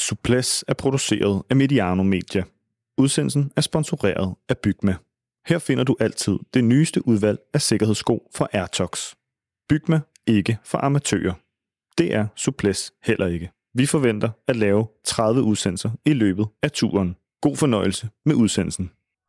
Suples er produceret af Mediano Media. Udsendelsen er sponsoreret af Bygma. Her finder du altid det nyeste udvalg af sikkerhedssko fra Airtox. Bygma, ikke for amatører. Det er Suples heller ikke. Vi forventer at lave 30 udsendelser i løbet af turen. God fornøjelse med udsendelsen.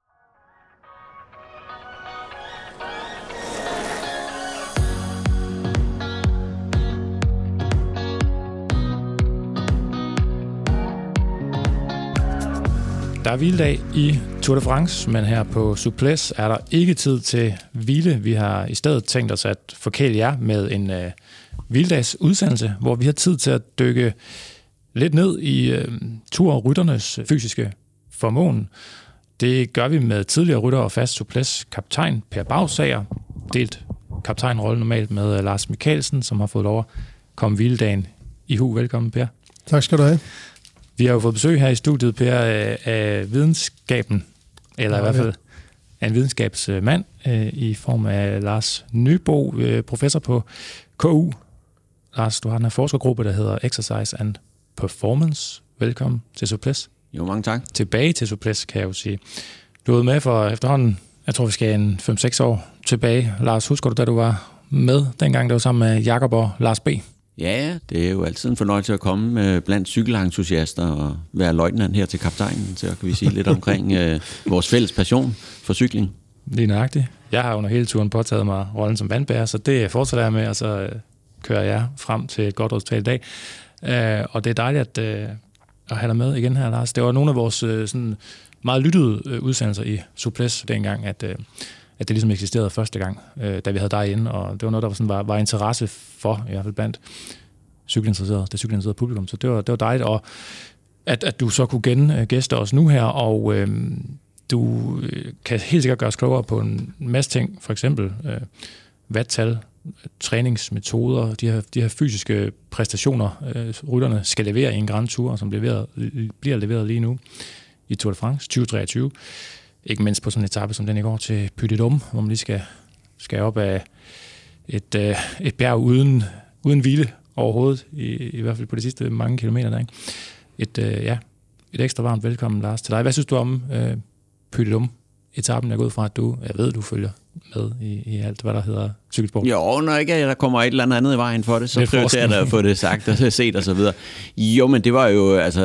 Der er hviledag i Tour de France, men her på Suples er der ikke tid til hvile. Vi har i stedet tænkt os at forkæle jer med en hviledagsudsendelse, hvor vi har tid til at dykke lidt ned i turrytternes fysiske formåen. Det gør vi med tidligere rytter og fast Suples-kaptajn Per Bagsager, delt kaptajnrolle normalt med Lars Michaelsen, som har fået lov at komme hviledagen i hu. Velkommen, Per. Tak skal du have. Vi har jo fået besøg her i studiet, Per, af videnskaben, eller i hvert fald af en videnskabsmand i form af Lars Nybo, professor på KU. Lars, du har den her forskergruppe, der hedder Exercise and Performance. Velkommen til Suples. Jo, mange tak. Tilbage til Suples, kan jeg jo sige. Du var med for efterhånden, jeg tror vi skal en 5-6 år tilbage. Lars, husker du, da du var med dengang, der var sammen med Jakob og Lars B.? Ja, det er jo altid en fornøjelse at komme blandt cykelentusiaster og være løjtnant her til kaptajnen, så kan vi sige lidt omkring vores fælles passion for cykling. Lige nøjagtigt. Jeg har under hele turen påtaget mig rollen som vandbærer, så det fortsætter jeg med, og så kører jeg frem til et godt resultat i dag. Og det er dejligt at have dig med igen her, Lars. Det var nogle af vores sådan meget lyttede udsendelser i Suples dengang, at det ligesom eksisterede første gang, da vi havde dig inde, og det var noget, der var interesse for, i hvert fald blandt det cykelinteresserede publikum. Så det var dejligt, og at du så kunne gæste os nu her, og du kan helt sikkert gøre os klogere på en masse ting, for eksempel watttal, træningsmetoder, de her fysiske præstationer, rytterne skal levere i en Grand Tour, som bliver leveret lige nu i Tour de France 2023. Ikke mindst på sådan en etape som den i går til Puy de Dôme, hvor man lige skal op af et bjerg uden hvile overhovedet, i hvert fald på de sidste mange kilometer der, ikke? Et ekstra varmt velkommen, Lars, til dig. Hvad synes du om Puy de Dôme-etappen? Jeg går ud fra, at du ved, med i alt, hvad der hedder cykelsport. Jo, når ikke der kommer et eller andet i vejen for det, så prioriterer jeg at få det sagt og set og så videre. Jo, men det var jo altså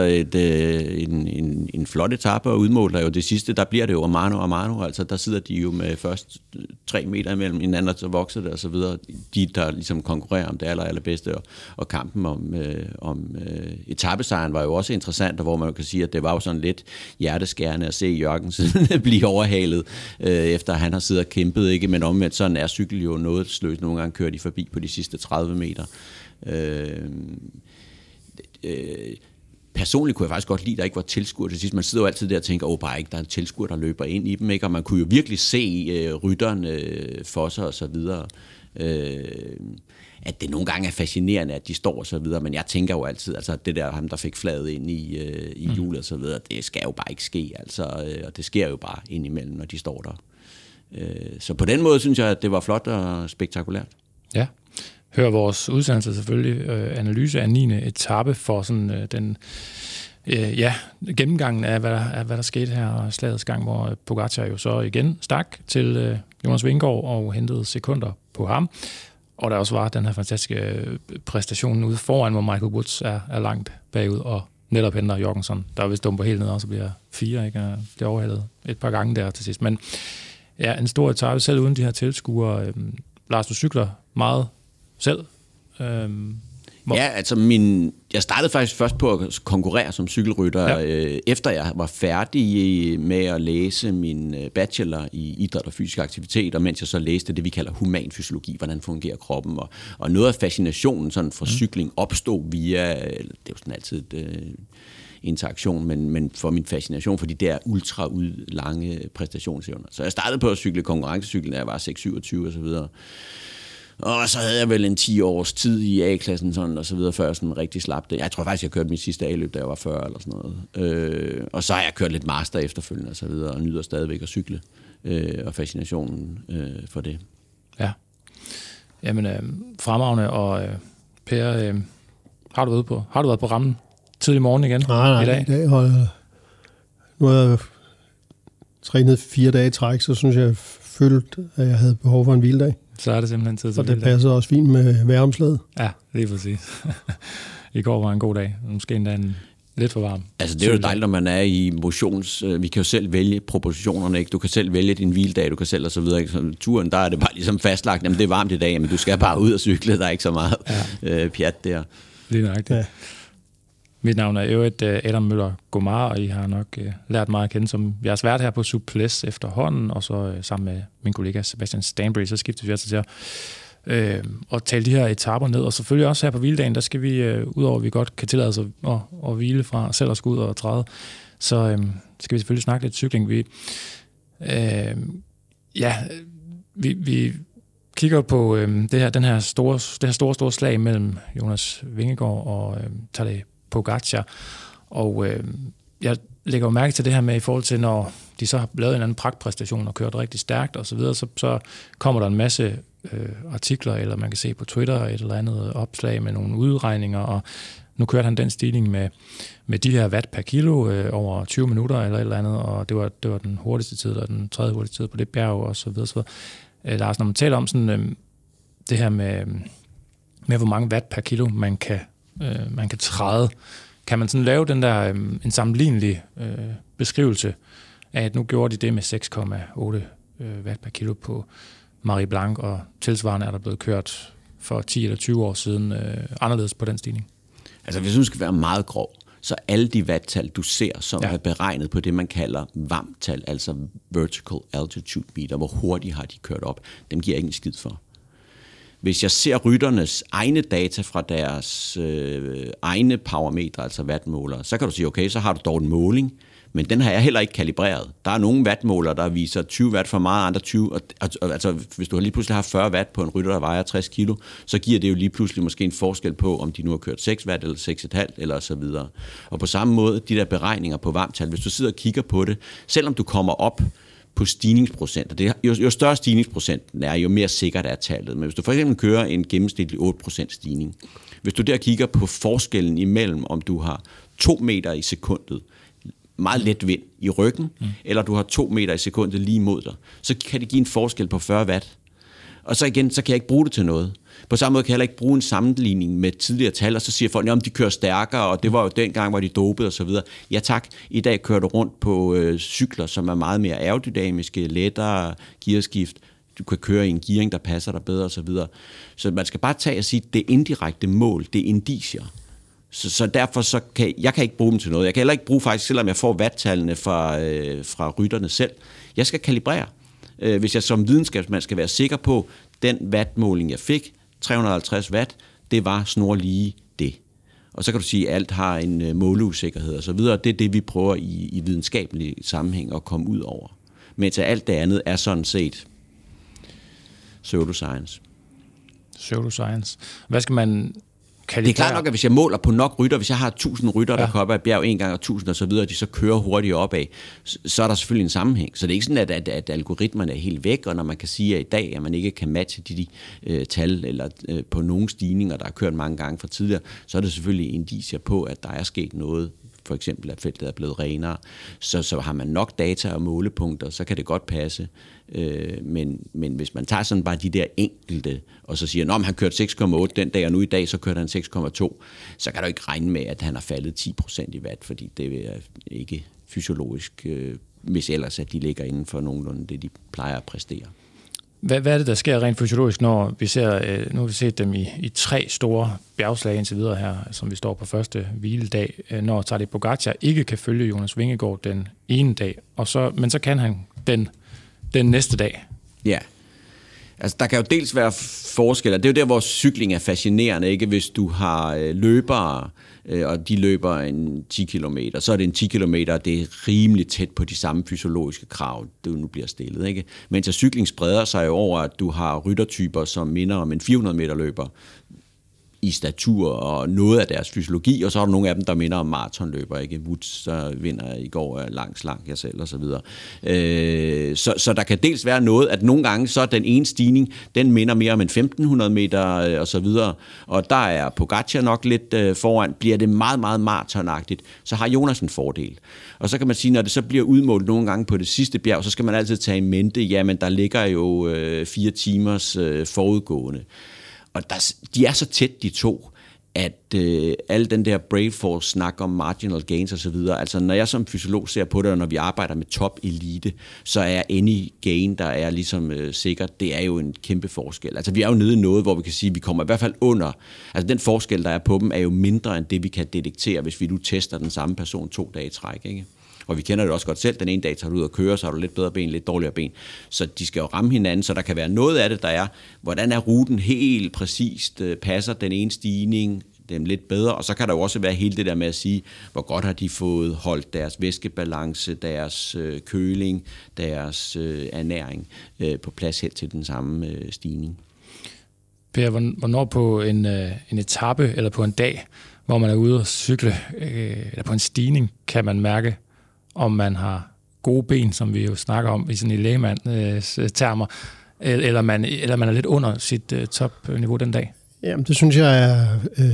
en flot etape og udmål, der jo det sidste, der bliver det jo Amano, altså der sidder de jo med først 3 meter imellem hinanden, så vokser det og så videre. De, der ligesom konkurrerer om det allerbedste, og kampen om etapesejren var jo også interessant, og hvor man kan sige, at det var jo sådan lidt hjerteskærende at se Jørgensen blive overhalet, efter han har siddet og kæmpet, ikke? Men omvendt, sådan er cykel jo noget sløs. Nogle gange kører de forbi på de sidste 30 meter. Personligt kunne jeg faktisk godt lide, at der ikke var tilskuer til sidst. Man sidder jo altid der og tænker, bare ikke, der er en tilskuer, der løber ind i dem, ikke? Og man kunne jo virkelig se rytteren for sig og så videre. At det nogle gange er fascinerende, at de står og så videre, men jeg tænker jo altid, altså det der ham, der fik flaget ind i hjulet og så videre, det skal jo bare ikke ske, altså, og det sker jo bare indimellem, når de står der. Så på den måde synes jeg, at det var flot og spektakulært. Ja. Hør vores udsendelse selvfølgelig, analyse af 9. etape for sådan den gennemgangen af, hvad der skete her, og slagets gang, hvor Pogačar jo så igen stak til Jonas Vingegaard og hentede sekunder på ham. Og der også var den her fantastiske præstation ude foran, hvor Michael Woods er langt bagud og netop henter Jorgensen, der vist dumper helt ned, og så bliver 4, ikke? Og det overhældet et par gange der til sidst. Men ja, en stor etape, selv uden de her tilskuere. Lars, du cykler meget selv. Ja, altså jeg startede faktisk først på at konkurrere som cykelrytter, efter jeg var færdig med at læse min bachelor i idræt og fysisk aktivitet, og mens jeg så læste det, vi kalder human fysiologi, hvordan fungerer kroppen, og noget af fascinationen sådan for cykling opstod via, det er jo sådan altid interaktion, men for min fascination for de der ultra lange præstationsevner. Så jeg startede på at cykle konkurrencecykel, da jeg var 6-27 og så videre. Og så havde jeg vel en 10 års tid i A-klassen sådan, og så videre, før jeg sådan rigtig slap det. Jeg tror faktisk, jeg kørte mit sidste A-løb, da jeg var 40 eller sådan noget. Og så har jeg kørt lidt master efterfølgende og så videre, og nyder stadigvæk at cykle. Og fascinationen for det. Ja. Jamen, fremragende, og Per, har du været på rammen tidlig morgen igen Nej, i dag? I dag nu har jeg trænet 4 dage i træk, så synes jeg følte, at jeg havde behov for en hviledag. Så er det simpelthen tid til og det passer også fint med vejromslaget. Ja, lige præcis. I går var en god dag. Måske endda lidt for varm. Altså det er jo dejligt, når man er i motions... Vi kan jo selv vælge proportionerne, ikke? Du kan selv vælge din hviledag, du kan selv og så videre. Ikke? Så turen, der er det bare ligesom fastlagt, jamen det er varmt i dag, men du skal bare ud og cykle, der er ikke så meget pjat der. Lige nøjagtigt. Ja. Mit navn er øvrigt Adam Møller Gomar, og I har nok lært mig at kende som jeres vært her på Suples efterhånden, og så sammen med min kollega Sebastian Stanbury, så skifter vi altså til at tale de her etaper ned, og selvfølgelig også her på hviledagen, der skal vi, udover at vi godt kan tillade os at hvile fra selv at skulle ud og træde, så skal vi selvfølgelig snakke lidt cykling. Vi kigger på det her store slag mellem Jonas Vingegaard og Tadej Pogačar, og jeg lægger jo mærke til det her med i forhold til, når de så har lavet en anden pragtpræstation og kørt rigtig stærkt og så videre, så kommer der en masse artikler, eller man kan se på Twitter et eller andet opslag med nogle udregninger, og nu kørte han den stigning med de her watt per kilo over 20 minutter eller et eller andet, og det var den hurtigste tid, og den tredje hurtigste tid på det bjerg og så videre. Lars, når man taler om sådan det her med hvor mange watt per kilo man kan træde, kan man sådan lave den der en sammenlignelig beskrivelse af, at nu gjorde de det med 6,8 watt per kilo på Marie Blanc, og tilsvarende er der blevet kørt for 10 eller 20 år siden anderledes på den stigning? Altså hvis du skal være meget grov, så alle de watttal, du ser, som er beregnet på det, man kalder VAM-tal, altså Vertical Altitude Meter, hvor hurtigt har de kørt op, dem giver jeg ikke en skid for. Hvis jeg ser rytternes egne data fra deres egne powermeter, altså wattmålere, så kan du sige, okay, så har du dog en måling, men den har jeg heller ikke kalibreret. Der er nogle wattmålere, der viser 20 watt for meget, andre 20. Altså, hvis du lige pludselig har 40 watt på en rytter, der vejer 60 kilo, så giver det jo lige pludselig måske en forskel på, om de nu har kørt 6 watt eller 6,5 eller så videre. Og på samme måde, de der beregninger på varmtal, hvis du sidder og kigger på det, selvom du kommer op på stigningsprocent, og jo større stigningsprocenten er, jo mere sikkert er tallet. Men hvis du for eksempel kører en gennemsnitlig 8% stigning, hvis du der kigger på forskellen imellem, om du har 2 meter i sekundet, meget let vind i ryggen, eller du har 2 meter i sekundet lige mod dig, så kan det give en forskel på 40 watt. Og så igen, så kan jeg ikke bruge det til noget. På samme måde kan jeg heller ikke bruge en sammenligning med tidligere tal, og så siger folk, at de kører stærkere, og det var jo dengang, hvor de dopede og så videre. Ja tak, i dag kører du rundt på cykler, som er meget mere aerodynamiske, lettere gearskift. Du kan køre i en gearing, der passer dig bedre og så videre. Så man skal bare tage og sige, at det indirekte mål, det er indicier. Så derfor kan jeg ikke bruge dem til noget. Jeg kan heller ikke bruge faktisk, selvom jeg får watt-tallene fra rytterne selv. Jeg skal kalibrere. Hvis jeg som videnskabsmand skal være sikker på, den wattmåling, jeg fik, 350 watt, det var snorlige det. Og så kan du sige, at alt har en måleusikkerhed og så videre. Det er det, vi prøver i videnskabelig sammenhæng at komme ud over. Mens alt det andet er sådan set pseudoscience. Pseudoscience. Hvad skal man kalibrere? Det er klart nok, at hvis jeg måler på nok rytter, hvis jeg har 1000 rytter, der kommer op ad et bjerg en gang og 1000 og så videre, de så kører hurtigt opad, så er der selvfølgelig en sammenhæng. Så det er ikke sådan, at algoritmerne er helt væk, og når man kan sige, at i dag, at man ikke kan matche de tal eller på nogle stigninger, der er kørt mange gange fra tidligere, så er det selvfølgelig indicier på, at der er sket noget. For eksempel, at feltet er blevet renere, så har man nok data og målepunkter, så kan det godt passe. Men hvis man tager sådan bare de der enkelte, og så siger, at han kørte 6,8 den dag, og nu i dag, så kørte han 6,2, så kan du ikke regne med, at han har faldet 10% i watt, fordi det er ikke fysiologisk, hvis ellers at de ligger inden for nogenlunde det, de plejer at præstere. Hvad er det, der sker rent fysiologisk, når vi ser, nu har vi set dem i 3 store bjergslag indtil videre her, som vi står på første hviledag, når Tadej Pogačar ikke kan følge Jonas Vingegaard den ene dag, men så kan han den næste dag. Ja, altså der kan jo dels være forskelle. Det er jo der, hvor cykling er fascinerende, ikke? Hvis du har løbere, og de løber en 10 km, så er det en 10 km, det er rimelig tæt på de samme fysiologiske krav, det nu bliver stillet, ikke? Mens cykling spreder sig over, at du har ryttertyper, som minder om en 400 meter løber. i statur og noget af deres fysiologi, og så er der nogle af dem, der minder om maratonløber, ikke? Woods, der vinder i går slank jeg selv, og så videre. Så der kan dels være noget, at nogle gange, så den ene stigning, den minder mere om en 1500 meter, og så videre, og der er Pogačar nok lidt foran. Bliver det meget, meget maratonagtigt, så har Jonas en fordel. Og så kan man sige, når det så bliver udmålt nogle gange på det sidste bjerg, så skal man altid tage i mente, jamen der ligger jo 4 timers forudgående. Og de er så tæt, de to, at al den der Brave Force snak om marginal gains og så videre, altså når jeg som fysiolog ser på det, og når vi arbejder med top elite, så er any gain, der er ligesom sikkert, det er jo en kæmpe forskel. Altså vi er jo nede i noget, hvor vi kan sige, at vi kommer i hvert fald under, altså den forskel, der er på dem, er jo mindre end det, vi kan detektere, hvis vi nu tester den samme person 2 dage i træk, ikke? Og vi kender det også godt selv. Den ene dag tager du ud og kører, så har du lidt bedre ben, lidt dårligere ben. Så de skal jo ramme hinanden, så der kan være noget af det, der er, hvordan er ruten helt præcist, passer den ene stigning dem lidt bedre, og så kan der jo også være hele det der med at sige, hvor godt har de fået holdt deres væskebalance, deres køling, deres ernæring på plads hen til den samme stigning. Per, hvornår på en etape eller på en dag, hvor man er ude og cykle, eller på en stigning, kan man mærke, om man har gode ben, som vi jo snakker om i sådan i lægemands termer, eller man er lidt under sit topniveau den dag? Jamen, det synes jeg er...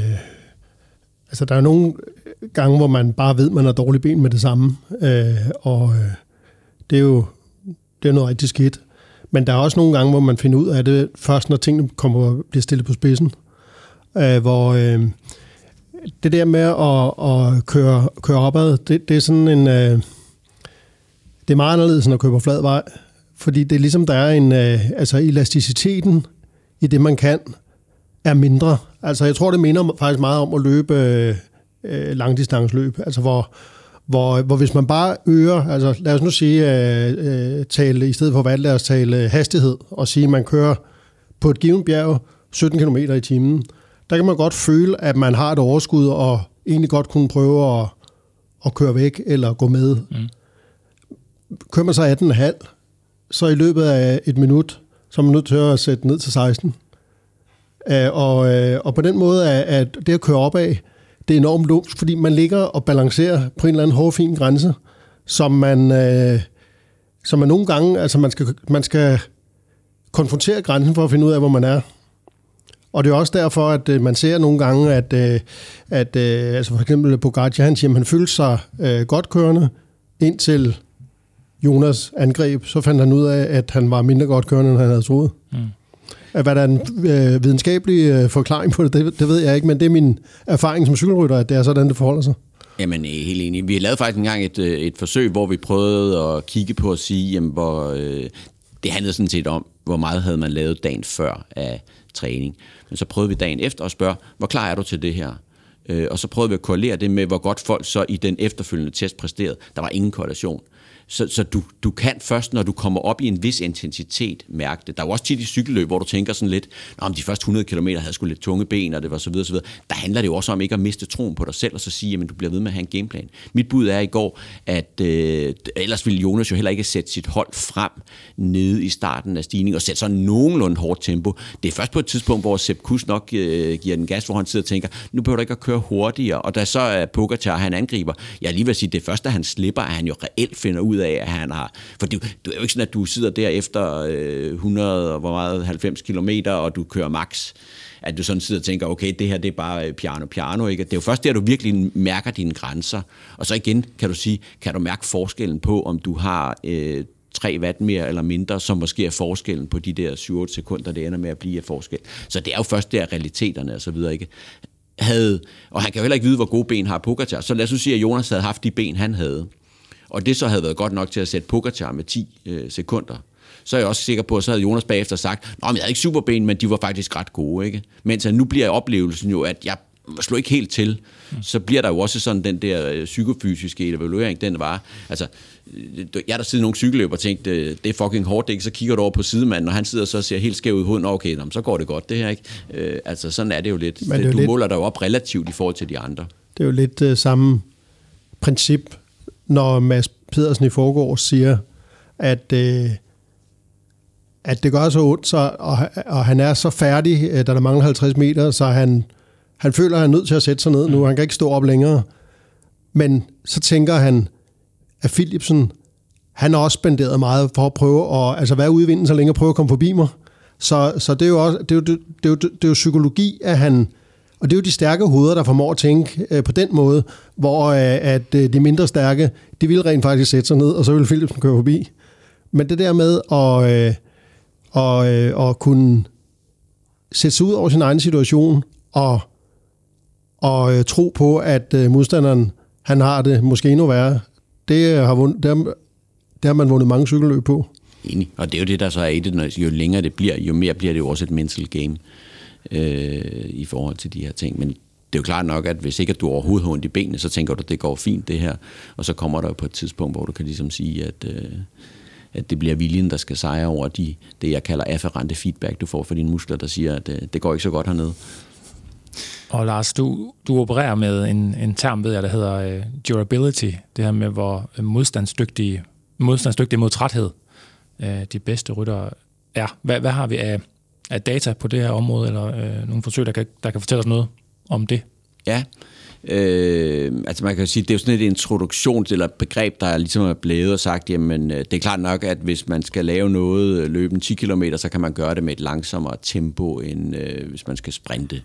altså, der er nogle gange, hvor man bare ved, at man har dårlige ben med det samme, og det er jo noget rigtig skidt. Men der er også nogle gange, hvor man finder ud af det, først når tingene bliver stillet på spidsen, hvor... det der med at køre opad, det er sådan en... det er meget anderledes end at køre på flad vej, fordi det er ligesom, der er en... altså elasticiteten i det, man kan, er mindre. Altså jeg tror, det minder faktisk meget om at løbe langdistanceløb. Altså hvor hvis man bare øger... Altså lad os nu sige, tale, i stedet for hvad, lad os tale hastighed, og sige, at man kører på et givet bjerg 17 km i timen. Der kan man godt føle, at man har et overskud, og egentlig godt kunne prøve at køre væk, eller gå med. Kører man så 18,5, så i løbet af et minut, så er man nødt til at sætte ned til 16. Og på den måde, at det at køre opad, det er enormt lumsk, fordi man ligger og balancerer på en eller anden hårfin grænse, som man nogle gange, altså man skal konfrontere grænsen for at finde ud af, hvor man er. Og det er også derfor, at man ser nogle gange, at altså for eksempel Pogačar, han følte sig godt kørende, indtil Jonas angreb, så fandt han ud af, at han var mindre godt kørende, end han havde troet. Hvad der er en videnskabelig forklaring på det ved jeg ikke, men det er min erfaring som cykelrytter, at det er sådan, det forholder sig. Jamen, helt enig. Vi lavede faktisk engang et forsøg, hvor vi prøvede at kigge på at sige, jamen, det handlede sådan set om, hvor meget havde man lavet dagen før af træning. Men så prøvede vi dagen efter at spørge, hvor klar er du til det her? Og så prøvede vi at korrelere det med, hvor godt folk så i den efterfølgende test præsterede. Der var ingen korrelation. Så du kan først, når du kommer op i en vis intensitet, mærke det. Der er jo også tit i cykelløb, hvor du tænker sådan lidt, om de første 100 km havde sgu lidt tunge ben, og det var så videre, så videre. Der handler det jo også om ikke at miste troen på dig selv, og så sige, at du bliver ved med at have en gameplan. Mit bud er i går, at ellers ville Jonas jo heller ikke sætte sit hold frem nede i starten af stigningen, og sætte sådan nogenlunde hårdt tempo. Det er først på et tidspunkt, hvor Sepp Kuss nok giver den gas, hvor han sidder og tænker, nu behøver du ikke at køre hurtigere, og da så er Pogačar, han angriber, jeg lige vil sige, det første, han slipper, at han jo reelt finder ud af, at han har... For det er jo ikke sådan, at du sidder der efter 100 og hvor meget, 90 kilometer, og du kører max, at du sådan sidder og tænker, okay, det her det er bare piano, ikke? Det er jo først der, du virkelig mærker dine grænser. Og så igen, kan du sige, kan du mærke forskellen på, om du har 3 watt mere eller mindre, som måske er forskellen på de der 7-8 sekunder, det ender med at blive af forskel. Så det er jo først der realiteterne og så videre, ikke? Og han kan jo heller ikke vide, hvor gode ben har Pogačar. Så lad os sige, at Jonas havde haft de ben, han havde. Og det så havde været godt nok til at sætte Pogačar med 10 sekunder. Så er jeg også sikker på, at så havde Jonas bagefter sagt, nå, men jeg havde ikke superben, men de var faktisk ret gode, ikke? Mens nu bliver oplevelsen jo, at jeg slår ikke helt til. Så bliver der jo også sådan den der psykofysiske evaluering, den var, altså, jeg der sidder nogle cykelløber og tænkte, det er fucking hårdt, ikke? Så kigger du over på sidemanden, og han sidder så og ser helt skæv ud i hovedet, okay, så går det godt, det her, ikke? Altså, sådan er det jo lidt. Du måler dig jo op relativt i forhold til de andre. Det er jo lidt samme princip, når Mads Pedersen i forgårs siger, at det gør så ondt, og han er så færdig, da der mangler 50 meter, så han Han føler, at han er nødt til at sætte sig ned nu. Han kan ikke stå op længere. Men så tænker han, at Philipsen, han har også spenderet meget for at prøve at være ude i vinden så længe og prøve at komme forbi mig. Så det er jo også, det er jo psykologi, at han, og det er jo de stærke hoveder, der formår at tænke på den måde, hvor at de mindre stærke, de vil rent faktisk sætte sig ned, og så vil Philipsen køre forbi. Men det der med at kunne sætte sig ud over sin egen situation og tro på, at modstanderen, han har det måske endnu værre, det har man vundet mange cykelløb på. Enig. Og det er jo det, der så er i det, jo længere det bliver, jo mere bliver det jo også et mental game i forhold til de her ting. Men det er jo klart nok, at hvis ikke at du overhovedet har ondt i benene, så tænker du, at det går fint det her. Og så kommer der jo på et tidspunkt, hvor du kan ligesom sige, at det bliver viljen, der skal sejre over det, jeg kalder afferente feedback, du får fra dine muskler, der siger, at det går ikke så godt hernede. Og Lars, du opererer med en term, ved jeg, der hedder durability. Det her med, hvor modstandsdygtige mod træthed de bedste ryttere er. Hvad har vi af data på det her område, eller nogle forsøg, der kan fortælle os noget om det? Ja, altså man kan sige, det er jo sådan et introduktions- eller begreb, der ligesom er blevet og sagt, jamen det er klart nok, at hvis man skal lave noget, løbe 10 km, så kan man gøre det med et langsommere tempo, end hvis man skal sprinte.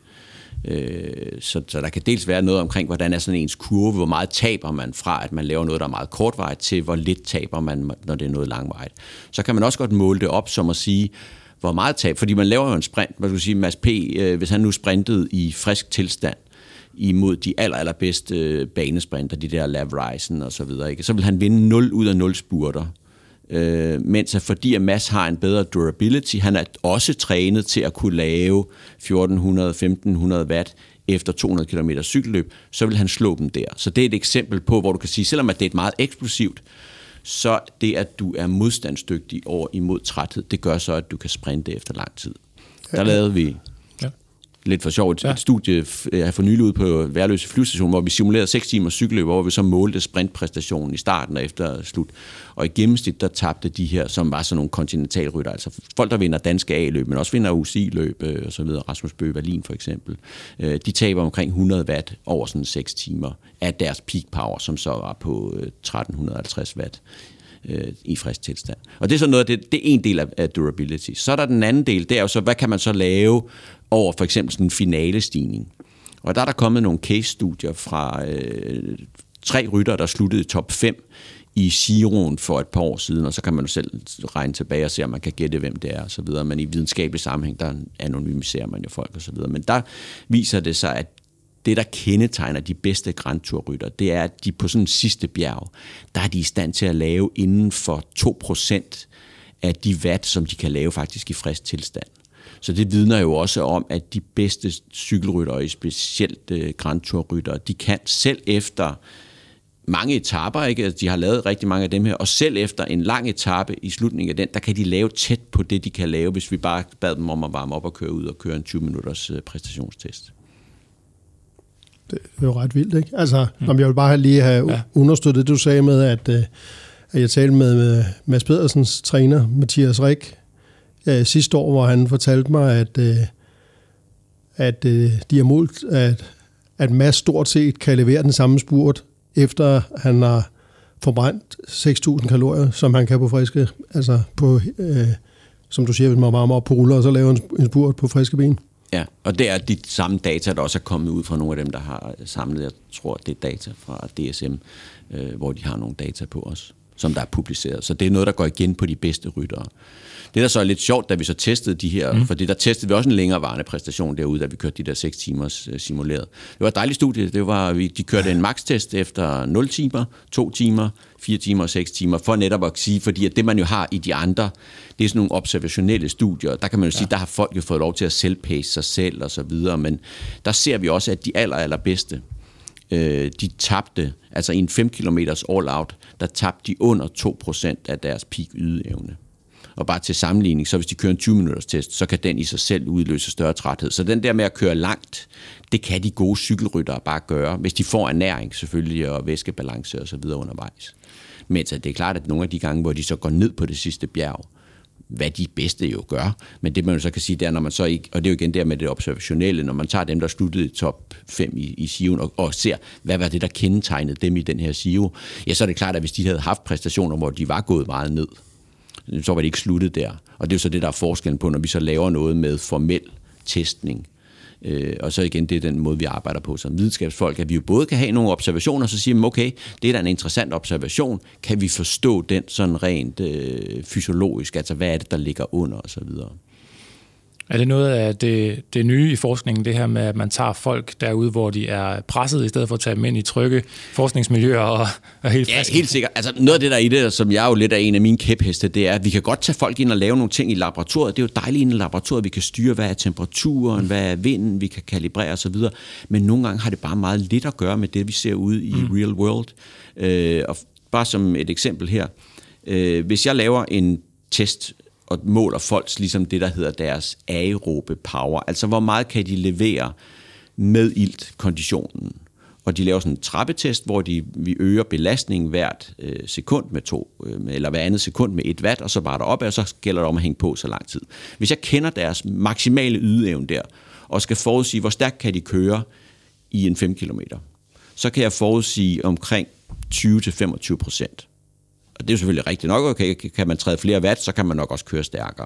Så der kan dels være noget omkring, hvordan er sådan ens kurve, hvor meget taber man fra, at man laver noget, der er meget kortvarigt, til hvor lidt taber man, når det er noget langvarigt. Så kan man også godt måle det op, som at sige, hvor meget tab, fordi man laver jo en sprint, man skal sige, Mads P., hvis han nu sprintede i frisk tilstand imod de allerbedste banesprinter, de der Lav Ryzen og så videre, ikke? Så vil han vinde 0 ud af 0 spurter. Mens fordi at Mads har en bedre durability, han er også trænet til at kunne lave 1400-1500 watt efter 200 km cykelløb, så vil han slå dem der. Så det er et eksempel på, hvor du kan sige, selvom at det er et meget eksplosivt, så det, at du er modstandsdygtig over imod træthed, det gør så, at du kan sprinte efter lang tid. Der lavede vi lidt for sjovt et studie, jeg har for nylig ude på Værløse Flyvestation, hvor vi simulerede 6 timers cykelløb, hvor vi så målte sprintpræstationen i starten og efter slut. Og i gennemsnit, der tabte de her, som var sådan nogle kontinentalrytter, altså folk, der vinder danske A-løb, men også vinder UCI-løb og så videre, Rasmus Bøge Wallin for eksempel, de taber omkring 100 watt over sådan 6 timer af deres peak power, som så var på 1350 watt i frisk tilstand. Og det er så noget af det er en del af durability. Så er der den anden del, det er jo så, hvad kan man så lave over for eksempel sådan en finalestigning. Og der er der kommet nogle case-studier fra 3 ryttere, der sluttede i top 5 i Giroen for et par år siden, og så kan man jo selv regne tilbage og se, om man kan gætte, hvem det er, og så videre. Men i videnskabelig sammenhæng, der anonymiserer man jo folk, og så videre. Men der viser det sig, at det, der kendetegner de bedste Grand Tour-rytter, det er, at de på sådan en sidste bjerg, der er de i stand til at lave inden for 2% af de watt, som de kan lave faktisk i frisk tilstand. Så det vidner jo også om, at de bedste cykelryttere, specielt Grand Tour-ryttere, de kan selv efter mange etaper, ikke? De har lavet rigtig mange af dem her, og selv efter en lang etape i slutningen af den, der kan de lave tæt på det, de kan lave, hvis vi bare bad dem om at varme op og køre ud og køre en 20-minutters præstationstest. Det er jo ret vildt, ikke? Altså, jeg vil bare lige have understøttet det, du sagde med, at jeg talte med Mads Pedersens træner, Mathias Rik, sidste år, hvor han fortalte mig, at de har målt, at Mads stort set kan levere den samme spurt, efter han har forbrændt 6.000 kalorier, som han kan på friske, altså på, som du siger, hvis man varmer op på ruller, og så laver en spurt på friske ben. Ja, og det er de samme data, der også er kommet ud fra nogle af dem, der har samlet, jeg tror, det er data fra DSM, hvor de har nogle data på os, som der er publiceret. Så det er noget, der går igen på de bedste ryttere. Det, der så er lidt sjovt, da vi så testede de her, fordi der testede vi også en længerevarende præstation derude, da vi kørte de der 6 timers simuleret. Det var et dejligt studie. De kørte en max-test efter 0 timer, 2 timer, 4 timer og 6 timer, for netop at sige, fordi at det, man jo har i de andre, det er sådan nogle observationelle studier. Der kan man jo sige, der har folk jo fået lov til at selvpace sig selv og så videre, men der ser vi også, at de allerbedste, de tabte, altså i en 5 kilometers all-out, der tabte de under 2% af deres peak ydeevne. Og bare til sammenligning, så hvis de kører en 20-minutters test, så kan den i sig selv udløse større træthed. Så den der med at køre langt, det kan de gode cykelryttere bare gøre, hvis de får ernæring selvfølgelig, og væskebalance og så videre undervejs. Men så det er klart, at nogle af de gange, hvor de så går ned på det sidste bjerg, hvad de bedste jo gør. Men det man jo så kan sige, det er, når man så ikke, og det er jo igen der med det observationelle, når man tager dem, der sluttede i top 5 i SIO'en, og ser, hvad var det, der kendetegnede dem i den her SIO, ja, så er det klart, at hvis de havde haft præstationer, hvor de var gået meget ned, så var det ikke sluttet der. Og det er jo så det, der er forskellen på, når vi så laver noget med formel testning. Og så igen, det er den måde, vi arbejder på som videnskabsfolk, at vi jo både kan have nogle observationer, og så siger man, okay, det er da en interessant observation, kan vi forstå den sådan rent fysiologisk, altså hvad er det, der ligger under, og så videre. Er det noget af det nye i forskningen, det her med, at man tager folk derude, hvor de er presset, i stedet for at tage dem ind i trygge forskningsmiljøer og helt friske? Ja, helt sikkert. Altså noget af det, der er i det, som jeg jo lidt er en af mine kæpheste, det er, at vi kan godt tage folk ind og lave nogle ting i laboratoriet. Det er jo dejligt inde i laboratoriet, vi kan styre, hvad er temperaturen, hvad er vinden, vi kan kalibrere osv. Men nogle gange har det bare meget lidt at gøre med det, vi ser ude i real world. Og bare som et eksempel her. Hvis jeg laver en test og måler folks ligesom det, der hedder deres aerobe power. Altså, hvor meget kan de levere med iltkonditionen. Og de laver sådan en trappetest, hvor vi øger belastningen hvert sekund eller hver andet sekund med 1 watt, og så bare deroppe, og så gælder det om at hænge på så lang tid. Hvis jeg kender deres maksimale ydeevne der, og skal forudsige, hvor stærkt kan de køre i en 5 km, så kan jeg forudsige omkring 20-25%. Og det er jo selvfølgelig rigtigt nok, okay, kan man træde flere watt, så kan man nok også køre stærkere.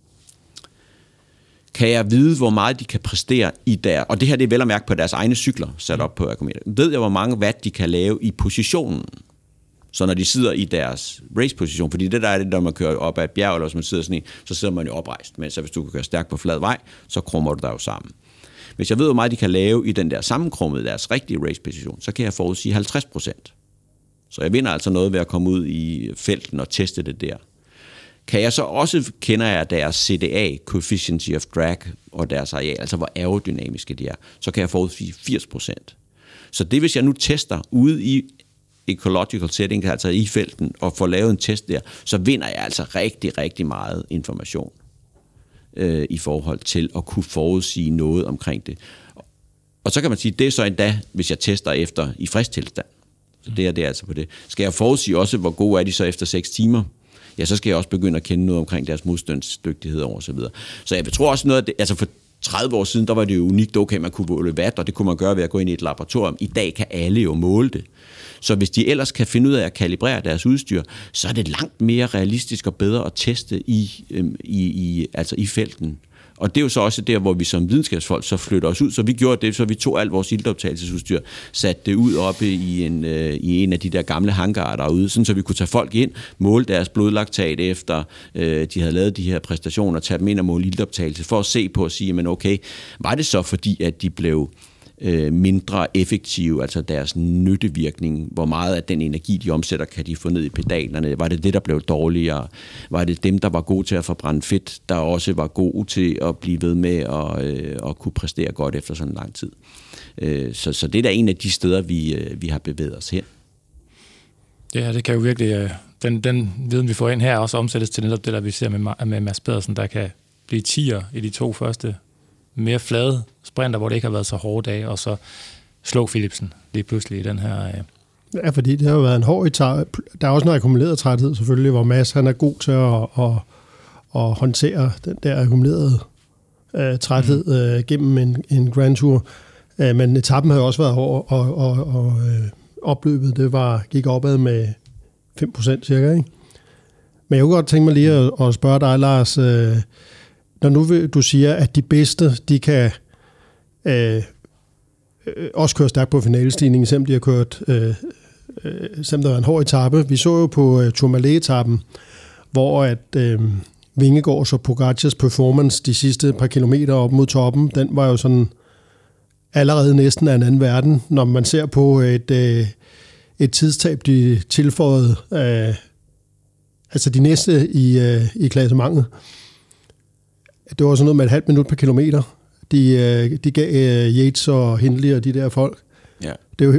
Kan jeg vide, hvor meget de kan præstere i og det her det er vel at mærke på deres egne cykler, sat op på ergometer. Ved jeg, hvor mange watt de kan lave i positionen, så når de sidder i deres race-position, fordi det der er det, når man kører op ad et bjerg, eller hvis man sidder sådan i, så sidder man jo oprejst, men så hvis du kan køre stærkt på flad vej, så krummer du dig jo sammen. Hvis jeg ved, hvor meget de kan lave i den der sammenkrummede, deres rigtige race-position, så kan jeg forudsige 50%. Så jeg vinder altså noget ved at komme ud i felten og teste det der. Kan jeg så også, kender jeg deres CDA, Coefficient of Drag, og deres areal, altså hvor aerodynamiske de er, så kan jeg forudsige 80%. Så det, hvis jeg nu tester ude i ecological setting, altså i felten, og får lavet en test der, så vinder jeg altså rigtig, rigtig meget information i forhold til at kunne forudsige noget omkring det. Og så kan man sige, det er så endda, hvis jeg tester efter i frisk tilstand. Så det er altså på det. Skal jeg forudsige også, hvor gode er de så efter 6 timer? Ja, så skal jeg også begynde at kende noget omkring deres modstandsdygtighed og så videre. Så jeg tror også noget af det, altså for 30 år siden, der var det jo unikt, okay, man kunne måle watt, og det kunne man gøre ved at gå ind i et laboratorium. I dag kan alle jo måle det. Så hvis de ellers kan finde ud af at kalibrere deres udstyr, så er det langt mere realistisk og bedre at teste i felten. Og det er jo så også der, hvor vi som videnskabsfolk så flytter os ud. Så vi gjorde det, så vi tog alt vores iltoptagelsesudstyr, satte det ud oppe i en af de der gamle hangarer derude, sådan så vi kunne tage folk ind, måle deres blodlaktat efter de havde lavet de her præstationer, tage dem ind og måle iltoptagelse, for at se på og sige, men okay, var det så fordi, at de blev mindre effektive, altså deres nyttevirkning, hvor meget af den energi, de omsætter, kan de få ned i pedalerne? Var det det, der blev dårligere? Var det dem, der var gode til at forbrænde fedt, der også var gode til at blive ved med at kunne præstere godt efter sådan en lang tid? Så det er da en af de steder, vi har bevæget os hen. Ja, det kan jo virkelig, den viden, vi får ind her, også omsættes til netop det, der vi ser med Mads Pedersen, der kan blive 10'er i de 2 første mere flade sprinter, hvor det ikke har været så hårde dage, og så slå Philipsen lige pludselig i den her... Ja, fordi det har jo været en hård etape. Der er også noget akkumuleret træthed selvfølgelig, hvor Mads han er god til at håndtere den der akkumulerede træthed gennem en Grand Tour. Men etappen har jo også været hård, og opløbet gik opad med 5% cirka, ikke? Men jeg kunne godt tænke mig lige at spørge dig, Lars, når nu du siger, at de bedste, de kan også køre stærkt på finalestigningen, selvom de har kørt, selvom der var en hård etape. Vi så jo på Tourmalet-etappen, hvor at Vingegaards og Pogacars performance de sidste par kilometer op mod toppen, den var jo sådan allerede næsten af en anden verden, når man ser på et tidstab, de tilføjede, altså de næste i klassementet. Det var sådan noget med 0,5 minut per kilometer. De gav Yates og Hindley og de der folk. Ja.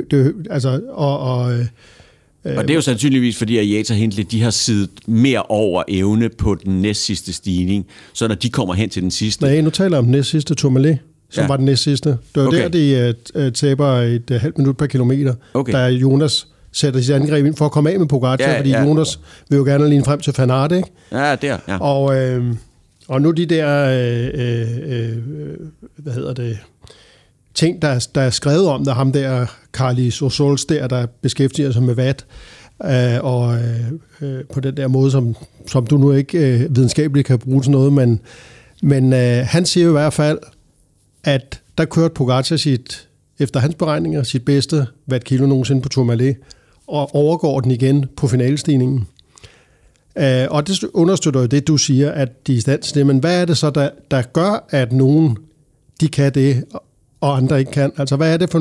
Og det er jo sandsynligvis, fordi at Yates og Hindley, de har siddet mere over evne på den næstsidste stigning. Så når de kommer hen til den sidste... Nej, nu taler jeg om den næstsidste Tourmalet, som var den næstsidste. Det var der, de taber et 0,5 minut per kilometer. Okay. Der er Jonas sætter sit angreb ind for at komme af med Pogacar, fordi Jonas vil jo gerne ligne frem til Van Aert, ikke? Ja, der, ja. Og nu de der, ting, der er skrevet om, der ham der, Carlos Osols der beskæftiger sig med vat, på den der måde, som du nu ikke videnskabeligt kan bruge til noget, men han siger jo i hvert fald, at der kørte Pogacar efter hans beregninger, sit bedste watt-kilo nogensinde på Tourmalet, og overgår den igen på finalestigningen. Og det understøtter jo det, du siger, at de er i stand til det, men hvad er det så, der gør, at nogen de kan det, og andre ikke kan? Altså, hvad er det for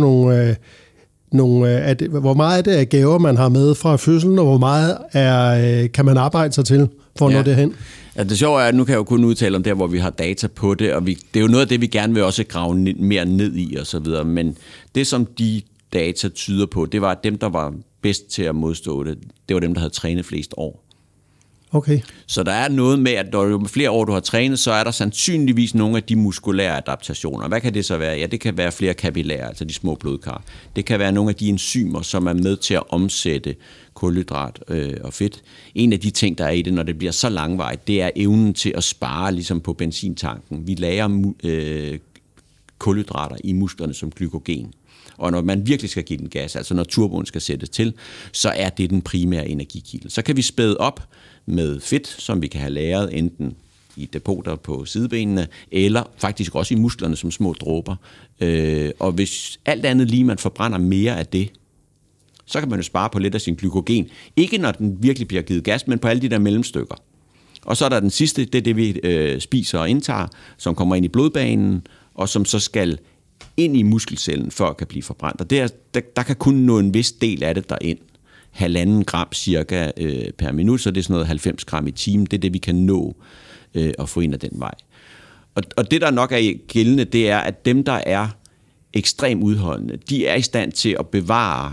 hvor meget er det af gaver, man har med fra fødslen, og hvor meget kan man arbejde sig til for at nå det hen? Ja, det sjove er, at nu kan jeg jo kun udtale om der, hvor vi har data på det, og det er jo noget af det, vi gerne vil også grave mere ned i og så videre, men det, som de data tyder på, det var, at dem, der var bedst til at modstå det, det var dem, der havde trænet flest år. Okay. Så der er noget med, at når jo flere år du har trænet, så er der sandsynligvis nogle af de muskulære adaptationer. Hvad kan det så være? Ja, det kan være flere kapillærer, altså de små blodkar. Det kan være nogle af de enzymer, som er med til at omsætte kulhydrat og fedt. En af de ting, der er i det, når det bliver så langvarigt, det er evnen til at spare ligesom på benzintanken. Vi lagrer kulhydrater i musklerne som glykogen. Og når man virkelig skal give den gas, altså når turboen skal sættes til, så er det den primære energikilde. Så kan vi spæde op med fedt, som vi kan have lagret enten i depoter på sidebenene, eller faktisk også i musklerne som små dråber. Og hvis alt andet lige man forbrænder mere af det, så kan man jo spare på lidt af sin glykogen. Ikke når den virkelig bliver givet gas, men på alle de der mellemstykker. Og så er der den sidste, det er det vi spiser og indtager, som kommer ind i blodbanen, og som så skal ind i muskelcellen, før det kan blive forbrændt. Og der kan kun nå en vis del af det derind. 1,5 gram cirka per minut, så det er sådan noget 90 gram i timen. Det er det, vi kan nå at få ind af den vej. Og det, der nok er gældende, det er, at dem, der er ekstremt udholdende, de er i stand til at bevare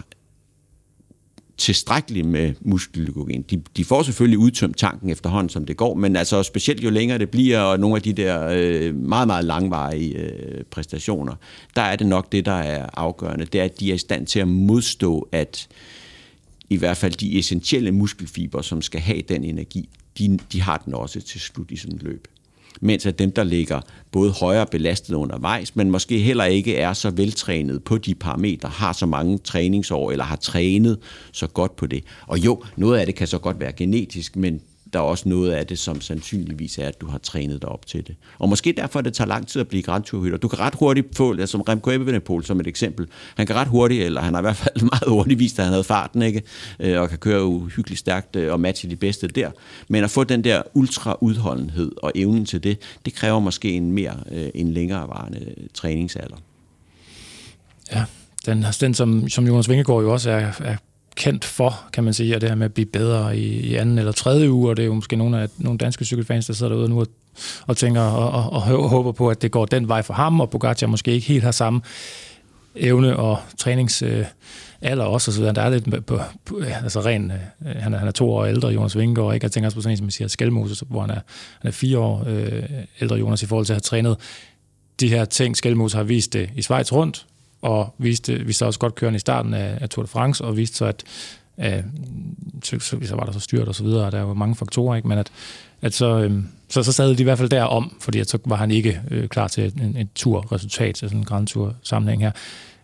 tilstrækkeligt med muskelglykogen. De får selvfølgelig udtømt tanken efterhånden, som det går, men altså specielt jo længere det bliver, og nogle af de der meget, meget langvarige præstationer, der er det nok det, der er afgørende. Det er, at de er i stand til at modstå, at i hvert fald de essentielle muskelfiber, som skal have den energi, de har den også til slut i sådan et løb. Mens at dem, der ligger både højere belastet undervejs, men måske heller ikke er så veltrænet på de parametre, har så mange træningsår, eller har trænet så godt på det. Og jo, noget af det kan så godt være genetisk, men der er også noget af det, som sandsynligvis er, at du har trænet dig op til det. Og måske derfor, at det tager lang tid at blive Grand Tour-rytter. Du kan ret hurtigt få, som Remco Evenepoel som et eksempel, han kan ret hurtigt, eller han har i hvert fald meget hurtigt vist, at han havde farten, ikke? Og kan køre uhyggeligt stærkt og matche de bedste der. Men at få den der ultra-udholdenhed og evnen til det, det kræver måske en længerevarende træningsalder. Ja, den som Jonas Vingegaard jo også er kendt for, kan man sige, at det her med at blive bedre i anden eller tredje uge, og det er jo måske nogle danske cykelfans, der sidder derude nu og tænker og håber på, at det går den vej for ham, og Pogacar måske ikke helt har samme evne og træningsalder også, og så der er lidt på altså ren, han er 2 år ældre, Jonas Vingegaard, ikke? Jeg tænker også på sådan en, som siger, Skelmose, hvor han er 4 år ældre, Jonas, i forhold til at have trænet de her ting. Skelmose har vist det i Schweiz rundt, og viste også godt kørende i starten af Tour de France, og viste så, at så var der så styrt og så videre, og der var mange faktorer, ikke? Men at så sad de i hvert fald derom, fordi at så var han ikke klar til en turresultat, sådan en Grand Tour sammenhæng her.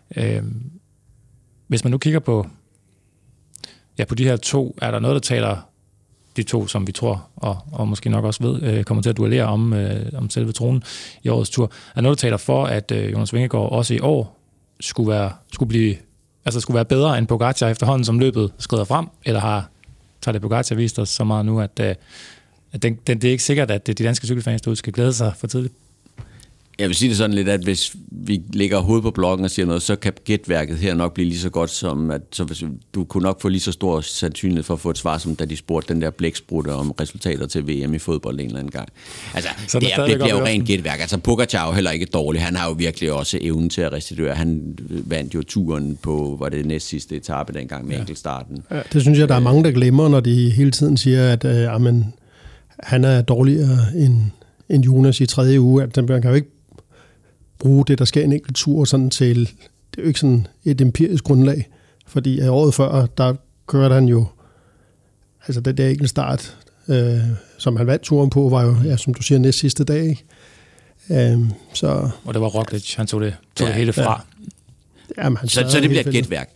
Hvis man nu kigger på de her to, er der noget, der taler de to, som vi tror, og måske nok også ved, kommer til at duellere om selve tronen i årets tur, er noget, der taler for, at Jonas Vingegaard også i år skulle være bedre end Pogacar efterhånden, som løbet skrider frem, eller tager det Pogacar vist os så meget nu, at det er ikke sikkert, at de danske cykelfans derude skal glæde sig for tidligt? Jeg vil sige det sådan lidt, at hvis vi lægger hovedet på blokken og siger noget, så kan gætværket her nok blive lige så godt som, at så hvis du kunne nok få lige så stor sandsynlighed for at få et svar, som da de spurgte den der blæksprutte om resultater til VM i fodbold en eller anden gang. Altså, det bliver jo rent gætværk. Altså, Pogacar er jo heller ikke dårlig. Han har jo virkelig også evnen til at restituere. Han vandt jo turen på, var det næst sidste etape dengang med enkeltstarten. Ja, det synes jeg, der er mange, der glemmer, når de hele tiden siger, at han er dårligere end Jonas i tredje uge. At man kan jo ikke bruge det, der sker en enkelt tur sådan til, det er jo ikke sådan et empirisk grundlag Fordi året før, der kørte han jo, altså den der enkeltstart, som han vandt turen på, var jo, ja, som du siger, næst sidste dag, ikke? Og det var Roglic, han tog det hele fra. Ja. Jamen, så det bliver et gætværk.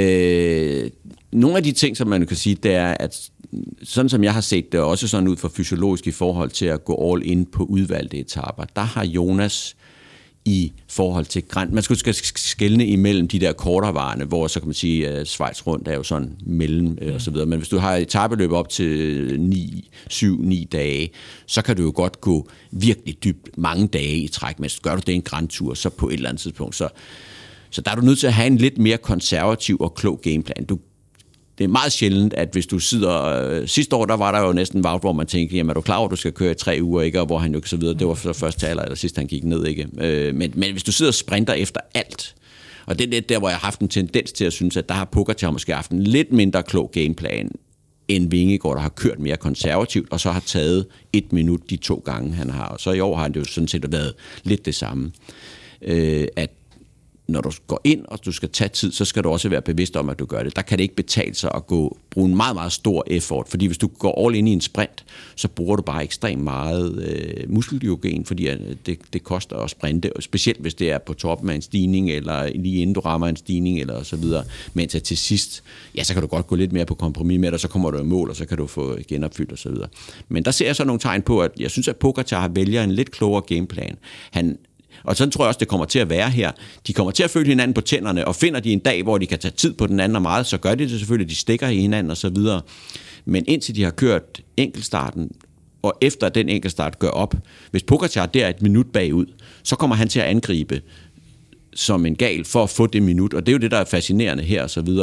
Nogle af de ting, som man kan sige, det er, at sådan som jeg har set det, også sådan ud fra fysiologisk i forhold til at gå all in på udvalgte etaper, der har Jonas i forhold til man skal skelne imellem de der kortervarende, hvor så kan man sige, at Schweiz rundt er jo sådan mellem og så videre. Men hvis du har et etapeløb op til 7-9 dage, så kan du jo godt gå virkelig dybt mange dage i træk. Men gør du det en Grand Tour, så på et eller andet tidspunkt, så der er du nødt til at have en lidt mere konservativ og klog gameplan. Det er meget sjældent, at hvis du sidder... sidste år, der var der jo næsten Wout, hvor man tænkte, jamen er du klar over, at du skal køre i 3 uger, ikke? Og hvor han jo så videre, det var så først til eller sidst han gik ned, ikke? Men hvis du sidder og sprinter efter alt, og det er lidt der, hvor jeg har haft en tendens til at synes, at der har Pogačar måske haft en lidt mindre klog gameplan, end Vingegaard, der har kørt mere konservativt, og så har taget 1 minut de 2 gange, han har. Og så i år har det jo sådan set været lidt det samme. At når du går ind, og du skal tage tid, så skal du også være bevidst om, at du gør det. Der kan det ikke betale sig at bruge en meget, meget stor effort, fordi hvis du går all in i en sprint, så bruger du bare ekstremt meget muskelglykogen, fordi det koster at sprinte, specielt hvis det er på toppen af en stigning, eller lige inden du rammer en stigning, eller så videre. Mens til sidst, ja, så kan du godt gå lidt mere på kompromis med det, og så kommer du i mål, og så kan du få genopfyldt, og så videre. Men der ser jeg så nogle tegn på, at jeg synes, at Pogačar vælger en lidt klogere gameplan. Og sådan tror jeg også, det kommer til at være her. De kommer til at følge hinanden på tænderne, og finder de en dag, hvor de kan tage tid på den anden og meget, så gør de det selvfølgelig, de stikker i hinanden og så videre. Men indtil de har kørt enkeltstarten, og efter den enkeltstart gør op, hvis Pogačar der er 1 minut bagud, så kommer han til at angribe som en gal for at få det minut, og det er jo det, der er fascinerende her og så videre.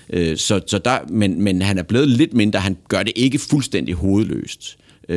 Men han er blevet lidt mindre, han gør det ikke fuldstændig hovedløst.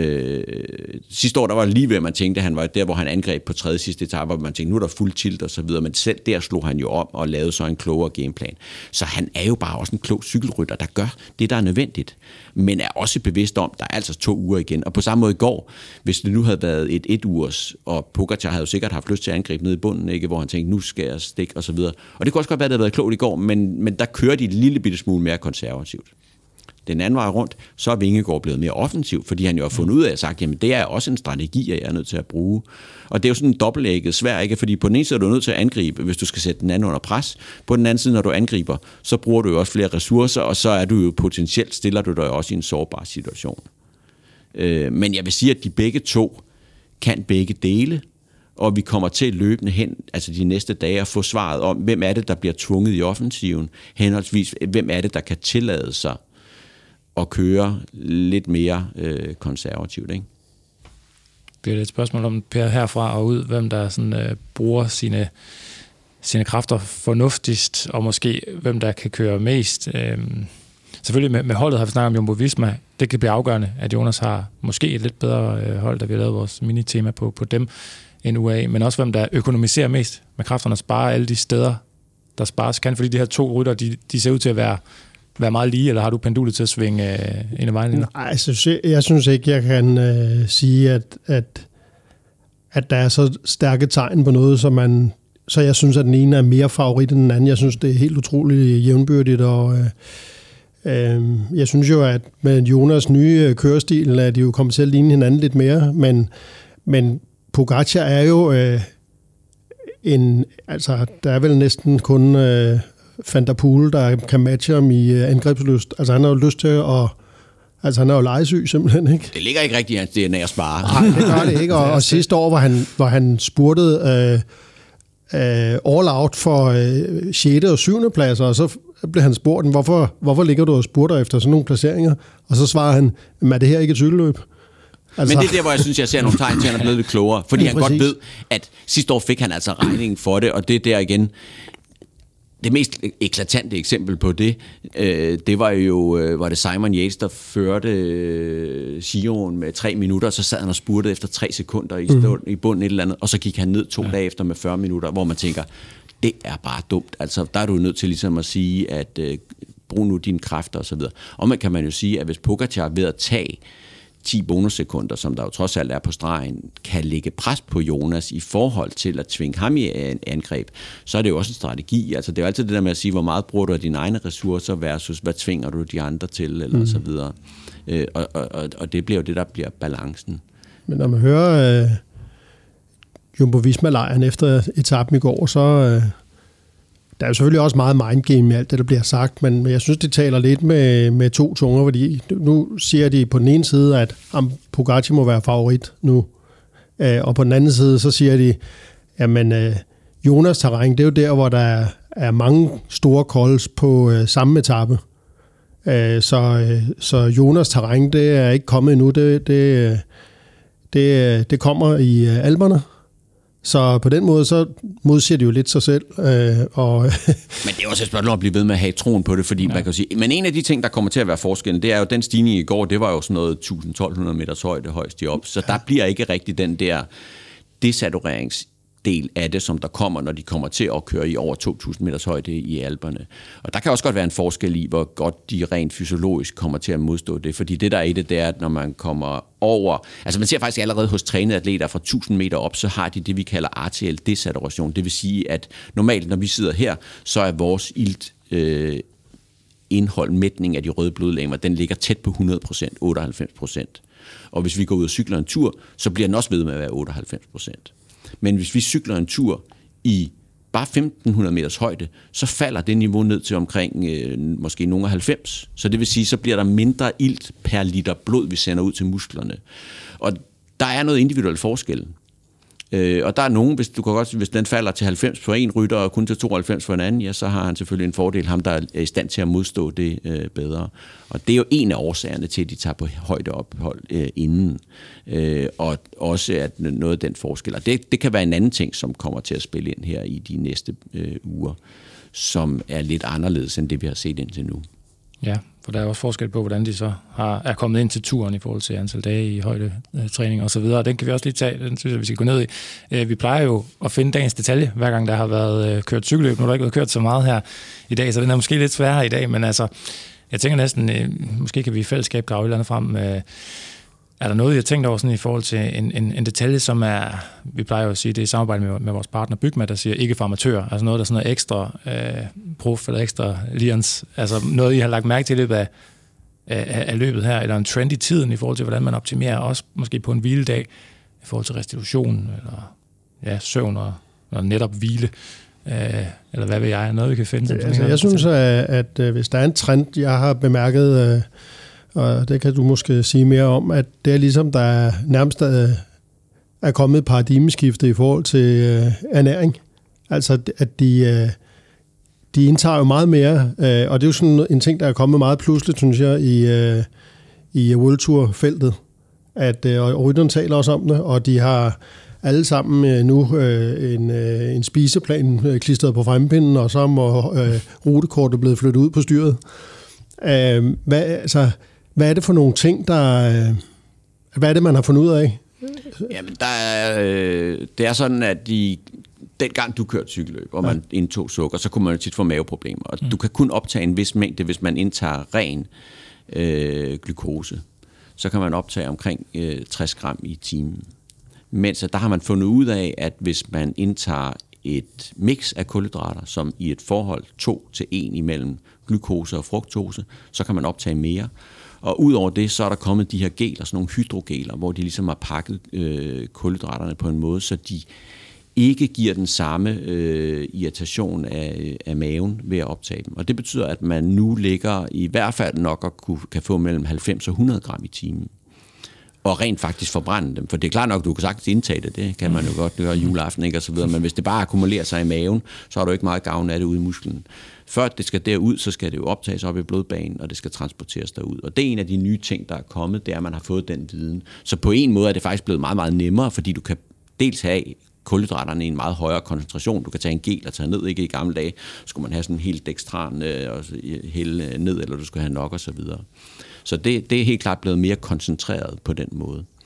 Sidste år, der var lige ved, at man tænkte, at han var der, hvor han angreb på tredje sidste etape, hvor man tænkte, nu er der fuld tilt og så videre, men selv der slog han jo om og lavede så en klogere gameplan. Så han er jo bare også en klog cykelrytter, der gør det, der er nødvendigt, men er også bevidst om, der er altså 2 uger igen. Og på samme måde i går, hvis det nu havde været et ugers, og Pogačar havde jo sikkert haft lyst til at angribe ned i bunden, ikke, hvor han tænkte, nu skal jeg stikke og så videre. Og det kunne også godt være, at det havde været klogt i går, men der kører de et lille bitte smule mere konservativt. Den anden vej rundt, så er Vingegaard blevet mere offensiv, fordi han jo har fundet ud af at sagt, jamen det er også en strategi, jeg er nødt til at bruge. Og det er jo sådan en dobbeltægget svær, ikke? Fordi på den ene side er du nødt til at angribe, hvis du skal sætte den anden under pres. På den anden side, når du angriber, så bruger du jo også flere ressourcer, og så er du jo potentielt, stiller du dig også i en sårbar situation. Men jeg vil sige, at de begge to kan begge dele, og vi kommer til løbende hen, altså de næste dage, at få svaret om, hvem er det, der bliver tvunget i offensiven, henholdsvis, hvem er det, der kan tillade sig og køre lidt mere konservativt, ikke? Det er et spørgsmål om, Per, herfra og ud, hvem der sådan, bruger sine kræfter fornuftigst, og måske hvem der kan køre mest. Selvfølgelig med holdet har vi snakket om Jumbo Visma. Det kan blive afgørende, at Jonas har måske et lidt bedre hold, da vi har lavet vores minitema på dem end UAE, men også hvem der økonomiserer mest med kræfterne og sparer alle de steder, der spares kan, fordi de her 2 rytter, de ser ud til at være meget lige, eller har du pendulet til at svinge en af vejen? Nej, jeg synes ikke, jeg kan sige, at der er så stærke tegn på noget, så jeg synes, at den ene er mere favorit end den anden. Jeg synes, det er helt utroligt jævnbyrdigt, og jeg synes jo, at med Jonas' nye kørestil, er de jo kommet til at ligne hinanden lidt mere, men Pogačar er jo altså, der er vel næsten kun Van der Poel, der kan matche ham i angrebslyst. Altså, han har jo lyst til at... Altså, han er jo legesyg simpelthen, ikke? Det ligger ikke rigtig i hans DNA at spare. Nej, det gør det ikke. Og sidste år, hvor han spurtede all out for 6. og 7. pladser, og så blev han spurgt, hvorfor ligger du og spurter efter sådan nogle placeringer? Og så svarer han, er det her ikke et cykelløb? Altså. Men det er der, hvor jeg synes, jeg ser nogle tegn til, at han er blevet lidt klogere. Fordi han godt ved, at sidste år fik han altså regningen for det, og det er der igen... Det mest eklatante eksempel på det, det var jo, var det Simon Yates, der førte Giroen med 3 minutter, og så sad han og spurtede efter 3 sekunder i bunden et eller andet, og så gik han ned 2 dage efter med 40 minutter, hvor man tænker, det er bare dumt. Altså, der er du nødt til ligesom at sige, at brug nu dine kræfter og så videre. Og man kan man jo sige, at hvis Pogačar ved at tage 10 bonussekunder, som der jo trods alt er på stregen, kan lægge pres på Jonas i forhold til at tvinge ham i angreb, så er det jo også en strategi. Altså det er jo altid det der med at sige, hvor meget bruger du af dine egne ressourcer versus hvad tvinger du de andre til, eller så videre. Og det bliver jo det, der bliver balancen. Men når man hører Jumbo-Visma-lejren efter etappen i går, så der er jo selvfølgelig også meget mindgame i alt det, der bliver sagt, men jeg synes, det taler lidt med to tunger, fordi nu siger de på den ene side, at Pogacar må være favorit nu, og på den anden side, så siger de, jamen Jonas terræn, det er jo der, hvor der er mange store calls på samme etape. Så Jonas terræn, det er ikke kommet endnu, det kommer i Alperne. Så på den måde, så modsiger det jo lidt sig selv. Men det er også et spørgsmål at blive ved med at have troen på det, fordi man kan sige, men en af de ting, der kommer til at være forskellen, det er jo den stigning i går, det var jo sådan noget 1.000-1.200 meters højde højst i op, så der bliver ikke rigtig den der desatureringsdel af det, som der kommer, når de kommer til at køre i over 2.000 meters højde i Alperne. Og der kan også godt være en forskel i, hvor godt de rent fysiologisk kommer til at modstå det, fordi det der er i det, er, at når man kommer over, altså man ser faktisk allerede hos trænede atleter fra 1.000 meter op, så har de det, vi kalder arteriel desaturation. Det vil sige, at normalt, når vi sidder her, så er vores indhold, mætning af de røde blodlegemer, den ligger tæt på 100%, 98%. Og hvis vi går ud og cykler en tur, så bliver den også ved med at være 98%. Men hvis vi cykler en tur i bare 1.500 meters højde, så falder det niveau ned til omkring måske nogle 90. Så det vil sige, så bliver der mindre ilt per liter blod, vi sender ud til musklerne. Og der er noget individuel forskel. Og der er nogen, hvis den falder til 90 for en rytter og kun til 92 for en anden, ja, så har han selvfølgelig en fordel, ham der er i stand til at modstå det bedre. Og det er jo en af årsagerne til, at de tager på højdeophold inden. Og også at noget af den forskel. Og det kan være en anden ting, som kommer til at spille ind her i de næste uger, som er lidt anderledes end det, vi har set indtil nu. Ja, for der er også forskel på, hvordan de så er kommet ind til turen i forhold til antal dage i højdetræning og så videre. Den kan vi også lige tage, den synes jeg, vi skal gå ned i. Vi plejer jo at finde dagens detalje, hver gang der har været kørt cykelløb. Nu har der ikke været kørt så meget her i dag, så den er måske lidt sværere i dag, men altså, jeg tænker næsten, måske kan vi i fællesskab grave et eller andet frem. Er der noget, jeg har tænkt over sådan i forhold til en detalje, som er, vi plejer jo at sige, det er i samarbejde med vores partner Bygma, der siger ikke for amatører, altså noget, der sådan er ekstra prof eller ekstra lians, altså noget, I har lagt mærke til i løbet af løbet her, eller en trend i tiden i forhold til, hvordan man optimerer, også måske på en hviledag, i forhold til restitution, eller søvn og netop hvile, eller hvad ved jeg, noget vi kan finde. Altså, jeg synes, at hvis der er en trend, jeg har bemærket, og det kan du måske sige mere om, at det er ligesom, der er nærmest er kommet et paradigmeskifte i forhold til ernæring. Altså, at de indtager jo meget mere, og det er jo sådan en ting, der er kommet meget pludseligt, synes jeg, i World Tour-feltet. Og rytterne taler også om det, og de har alle sammen nu en spiseplan klistret på frempinden, og så må rutekortet blevet flyttet ud på styret. Hvad er det for nogle ting, hvad er det, man har fundet ud af? Jamen, det er sådan, at dengang du kørte cykelløb, og man indtog sukker, så kunne man jo tit få maveproblemer. Og du kan kun optage en vis mængde, hvis man indtager ren glukose. Så kan man optage omkring 60 gram i timen. Mens der har man fundet ud af, at hvis man indtager et mix af kulhydrater, som i et forhold 2-1 imellem glukose og fruktose, så kan man optage mere. Og udover det, så er der kommet de her geler, sådan nogle hydrogeler, hvor de ligesom har pakket kulhydraterne på en måde, så de ikke giver den samme irritation af maven ved at optage dem. Og det betyder, at man nu ligger i hvert fald nok at kan få mellem 90 og 100 gram i timen. Og rent faktisk forbrænde dem. For det er klart nok, du kan sagtens indtage det kan man jo godt gøre juleaften, ikke, og så videre. Men hvis det bare akkumulerer sig i maven, så har du ikke meget gavn af det ude i musklen. Før det skal derud, så skal det jo optages op i blodbanen, og det skal transporteres derud. Og det er en af de nye ting, der er kommet, det er, at man har fået den viden. Så på en måde er det faktisk blevet meget, meget nemmere, fordi du kan dels have kulhydraterne i en meget højere koncentration. Du kan tage en gel og tage ned, ikke i gamle dage. Skulle man have sådan en helt dextran og hælde ned, eller du skulle have nok og så videre. Så det er helt klart blevet mere koncentreret på den måde.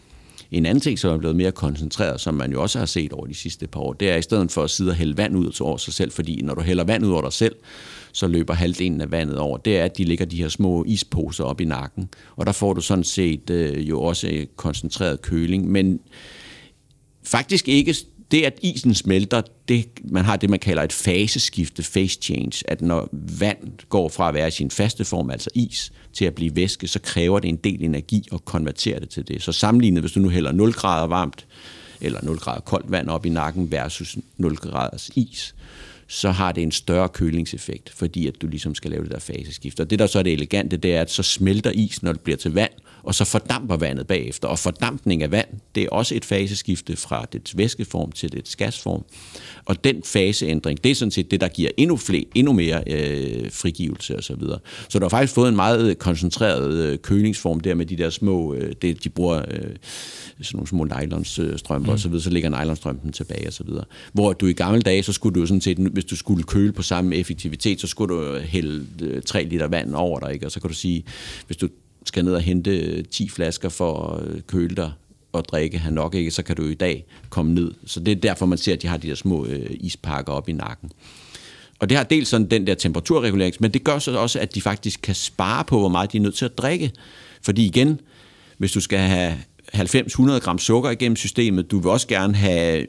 En anden ting, som er blevet mere koncentreret, som man jo også har set over de sidste par år, det er i stedet for at sidde og hælde vand ud over sig selv, fordi når du hælder vand ud over dig selv, så løber halvdelen af vandet over. Det er, at de ligger de her små isposer op i nakken, og der får du sådan set jo også koncentreret køling, men faktisk ikke. Det, at isen smelter, man har det, man kalder et faseskifte, phase change, at når vand går fra at være i sin faste form, altså is, til at blive væske, så kræver det en del energi at konvertere det til det. Så sammenlignet, hvis du nu hælder 0 grader varmt, eller 0 grader koldt vand op i nakken versus 0 graders is, så har det en større kølingseffekt, fordi at du ligesom skal lave det der faseskift. Og det, der så er det elegante, det er, at så smelter isen, når det bliver til vand, og så fordamper vandet bagefter. Og fordampning af vand, det er også et faseskifte fra dets væskeform til dets gasform. Og den faseændring, det er sådan set det, der giver endnu mere frigivelse og så videre. Så du har faktisk fået en meget koncentreret kølingsform der med de der små, de bruger sådan nogle små nylonstrømper og så videre, så ligger nylonstrømpen tilbage og så videre. Hvor du i gamle dage, så skulle du sådan set, hvis du skulle køle på samme effektivitet, så skulle du hælde 3 liter vand over dig, ikke? Og så kan du sige, hvis du skal ned og hente 10 flasker for at køle dig og drikke her nok, ikke, så kan du i dag komme ned. Så det er derfor, man ser, at de har de der små ispakker op i nakken. Og det har dels sådan den der temperaturregulering, men det gør så også, at de faktisk kan spare på, hvor meget de er nødt til at drikke. Fordi igen, hvis du skal have 90-100 gram sukker igennem systemet, du vil også gerne have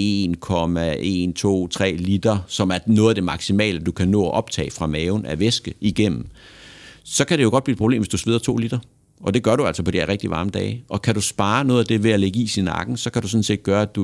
1,1, 2, 3 liter, som er noget af det maksimale, du kan nå at optage fra maven af væske igennem. Så kan det jo godt blive et problem, hvis du sveder 2 liter. Og det gør du altså på de her rigtig varme dage. Og kan du spare noget af det ved at lægge is i nakken, så kan du sådan set gøre, at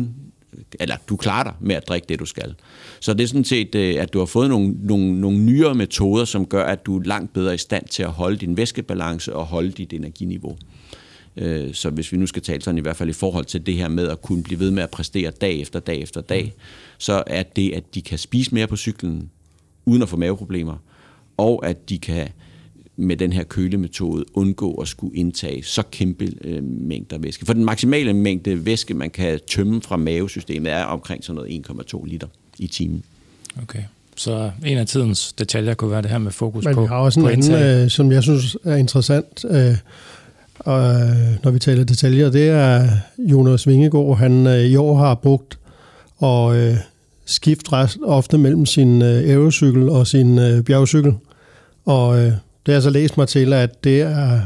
du klarer dig med at drikke det, du skal. Så det er sådan set, at du har fået nogle nyere metoder, som gør, at du er langt bedre i stand til at holde din væskebalance og holde dit energiniveau. Så hvis vi nu skal tale sådan i hvert fald i forhold til det her med at kunne blive ved med at præstere dag efter dag efter dag, så er det, at de kan spise mere på cyklen, uden at få maveproblemer, og at de kan med den her kølemetode undgå at skulle indtage så kæmpe mængder væske. For den maksimale mængde væske, man kan tømme fra mavesystemet, er omkring sådan noget 1,2 liter i timen. Okay. Så en af tidens detaljer kunne være det her med fokus Men på vi har også en anden, som jeg synes er interessant, og når vi taler detaljer, det er Jonas Vingegaard. Han i år har brugt og skifte ret ofte mellem sin aerocykel og sin bjergcykel. Og det har jeg så læst mig til, at det er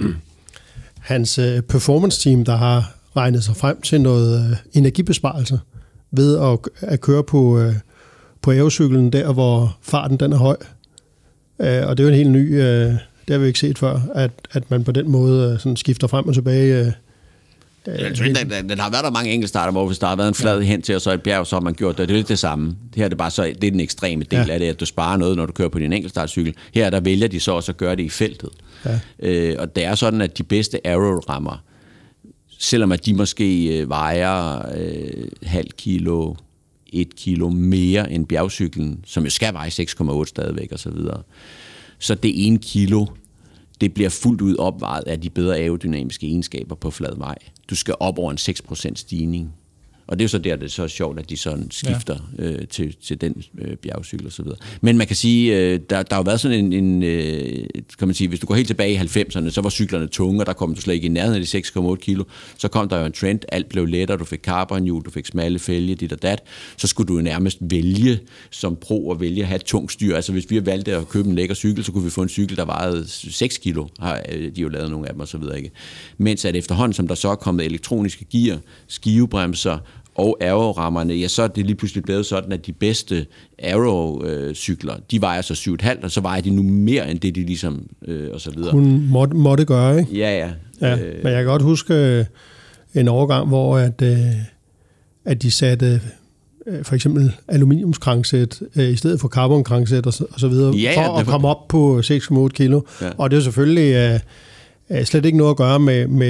hans performance-team, der har regnet sig frem til noget energibesparelse ved at køre på aerocyklen der, hvor farten den er høj. Og det er jo en helt ny, det har vi ikke set før, at man på den måde sådan skifter frem og tilbage. Den har været der mange enkeltstarter, hvor hvis der har været en flad hen til, og så et bjerg, så har man gjort det. Det er lidt det samme. Her er det bare så, det er den ekstreme del af det, at du sparer noget, når du kører på din enkeltstartcykel. Her der vælger de så også at gøre det i feltet. Ja. Og det er sådan, at de bedste aero-rammer, selvom at de måske vejer 0,5 kilo, 1 kilo mere end bjergcyklen, som jo skal veje 6,8 stadigvæk og så videre. Så det 1 kilo, det bliver fuldt ud opvejet af de bedre aerodynamiske egenskaber på flad vej. Du skal op over en 6% stigning. Og det er jo så der, det er så sjovt, at de sådan skifter til den bjergcykel og så videre. Men man kan sige, der har jo været sådan en kan man sige, hvis du går helt tilbage i 90'erne, så var cyklerne tunge, og der kom du slet ikke i nærheden af de 6,8 kilo. Så kom der jo en trend, alt blev lettere, du fik carbonhjul, du fik smalle fælge, dit og dat. Så skulle du jo nærmest vælge som pro at vælge at have et tungt styr. Altså hvis vi valgte at købe en lækker cykel, så kunne vi få en cykel, der vejede 6 kilo. Har de jo lavet nogle af dem og så videre, ikke? Mens at efterhånden, som der så er kommet elektroniske gear, skivebremser og aero-rammerne, ja, så er det lige pludselig blevet sådan, at de bedste aero-cykler, de vejer så 7,5, og så vejer de nu mere end det, de ligesom, og så videre. Hun måtte gøre, ikke? Ja. Men jeg kan godt huske en overgang, hvor at de satte for eksempel aluminiumskrangsæt i stedet for carbonkrangsæt og så videre, for at komme op på 6,8 kilo. Ja. Og det er selvfølgelig slet ikke noget at gøre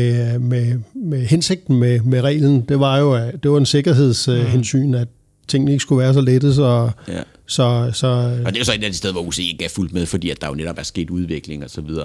med hensigten med reglen. Det var jo det var en sikkerhedshensyn, at tingene ikke skulle være så lette. Så, og det er jo så et af de steder, hvor UCI ikke er fuldt med, fordi at der jo netop er sket udvikling og så videre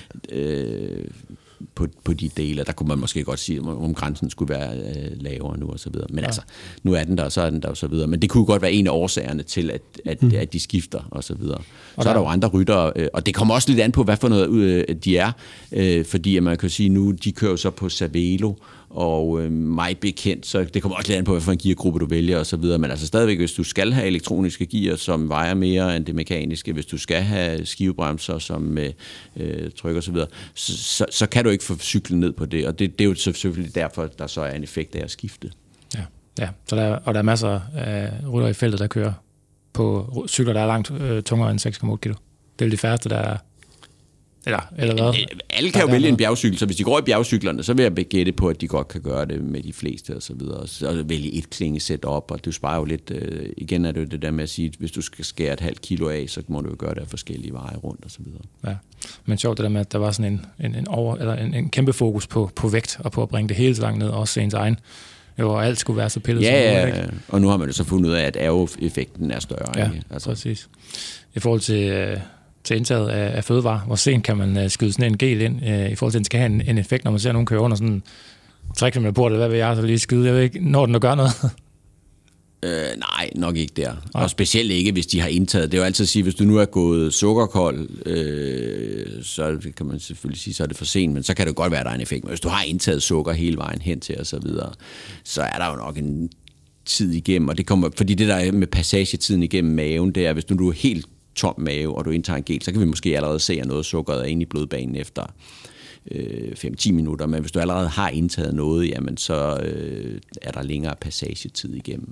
på de dele. Der kunne man måske godt sige, om grænsen skulle være lavere nu og så videre. Men altså, nu er den der, så er den der og så videre. Men det kunne godt være en af årsagerne til, at de skifter og så videre. Så er der jo andre ryttere, og det kommer også lidt an på, hvad for noget de er. Fordi man kan sige nu, de kører så på Cervelo, og mig bekendt, så det kommer også lidt an på, hvad for en geargruppe du vælger og så videre, men altså stadigvæk, hvis du skal have elektroniske gear, som vejer mere end det mekaniske, hvis du skal have skivebremser, som tryk og så videre, så kan du ikke få cyklen ned på det, og det er jo selvfølgelig derfor, der så er en effekt af at skifte. Ja. Så der er masser af ryttere i feltet, der kører på cykler, der er langt tungere end 6,8 kilo. Det er de færreste, der er... Eller hvad? Alle kan jo vælge en bjergcykel, så hvis de går i bjergcyklerne, så vil jeg gætte på, at de godt kan gøre det med de fleste og så videre. Så vælge et klingesæt op, og du sparer jo lidt... igen er det jo det der med at sige, at hvis du skal skære et halvt kilo af, så må du jo gøre det af forskellige veje rundt og så videre. Ja, men sjovt det der med, at der var sådan en kæmpe fokus på vægt, og på at bringe det hele så langt ned, også ens egen. Jo, alt skulle være så pillet. Ja, og nu har man jo så fundet ud af, at aero-effekten er større. Ja, ikke? Altså. Præcis. I forhold til indtaget af fødevarer, hvor sent kan man skyde sådan en gel ind, i forhold til, at den skal have en effekt, når man ser nogen køre under sådan 3 km på det, hvad vil jeg så lige skyde? Jeg ved ikke, når den gør noget. Nej, nok ikke der. Nej. Og specielt ikke, hvis de har indtaget. Det er jo altid at sige, hvis du nu er gået sukkerkold, så kan man selvfølgelig sige, så er det for sent, men så kan det godt være, der er en effekt. Men hvis du har indtaget sukker hele vejen hen til og så videre, så er der jo nok en tid igennem, og det kommer, fordi det der er med passagetiden igennem maven, det er, hvis du er helt tom mave, og du indtager en gel, så kan vi måske allerede se, at noget sukkeret er inde i blodbanen efter 5-10 minutter, men hvis du allerede har indtaget noget, jamen så er der længere passagetid igennem.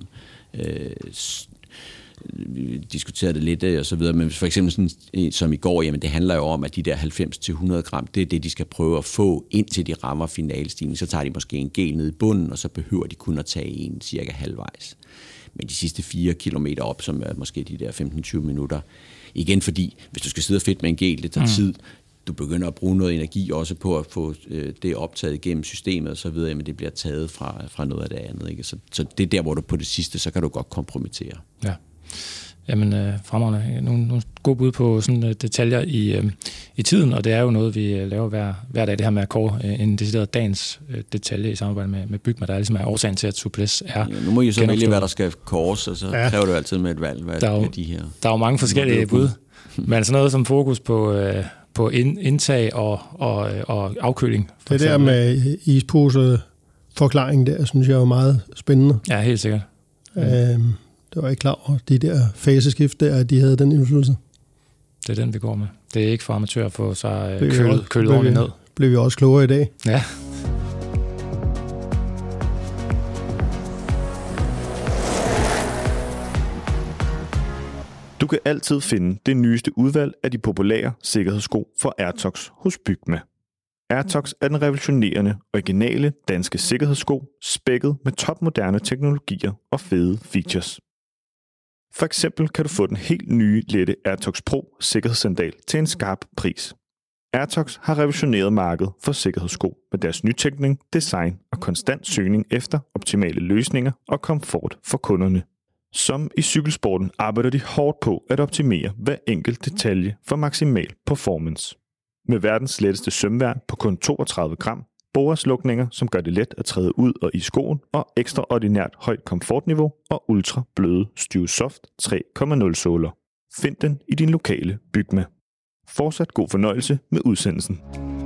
Vi diskuterede det lidt og så videre, men for eksempel sådan, som i går, jamen det handler jo om, at de der 90-100 gram, det er det, de skal prøve at få, indtil de rammer finalstigningen. Så tager de måske en gel ned i bunden, og så behøver de kun at tage en cirka halvvejs. Men de sidste 4 kilometer op, som er måske de der 15-20 minutter, igen fordi, hvis du skal sidde og fedt med en gel, det tager tid, du begynder at bruge noget energi også på at få det optaget igennem systemet og så videre, men det bliver taget fra noget af det andet. Ikke? Så det er der, hvor du på det sidste, så kan du godt kompromittere. Ja. Jamen, fremragende. Nogle gode bud på sådan detaljer i tiden, og det er jo noget, vi laver hver dag, det her med at kåre en decideret dagens detalje i samarbejde med Bygma, der ligesom er årsagen til, at Souplesse er... Ja, nu må I så vælge, hvad der skal kåres, og så kræver det jo altid med et valg, hvad er de her. Der er jo mange forskellige bud, men sådan noget som fokus på indtag og afkøling. Det der med ispose-forklaring der, synes jeg er meget spændende. Ja, helt sikkert. Det var ikke klar over, de der faseskift der, at de havde den indflydelse. Det er den, vi går med. Det er ikke for amatører at få sig kølet ordentligt ned. Blev vi også klogere i dag. Ja. Du kan altid finde det nyeste udvalg af de populære sikkerhedssko for Airtox hos Bygma. Airtox er den revolutionerende, originale danske sikkerhedssko, spækket med topmoderne teknologier og fede features. For eksempel kan du få den helt nye lette Airtox Pro sikkerhedssandal til en skarp pris. Airtox har revolutioneret markedet for sikkerhedssko med deres nytænkning, design og konstant søgning efter optimale løsninger og komfort for kunderne. Som i cykelsporten arbejder de hårdt på at optimere hver enkelt detalje for maksimal performance. Med verdens letteste sømværn på kun 32 gram, boreslukninger, som gør det let at træde ud og i skoen, og ekstraordinært højt komfortniveau og ultra bløde StewSoft 3.0 såler. Find den i din lokale Bygma. Fortsat god fornøjelse med udsendelsen.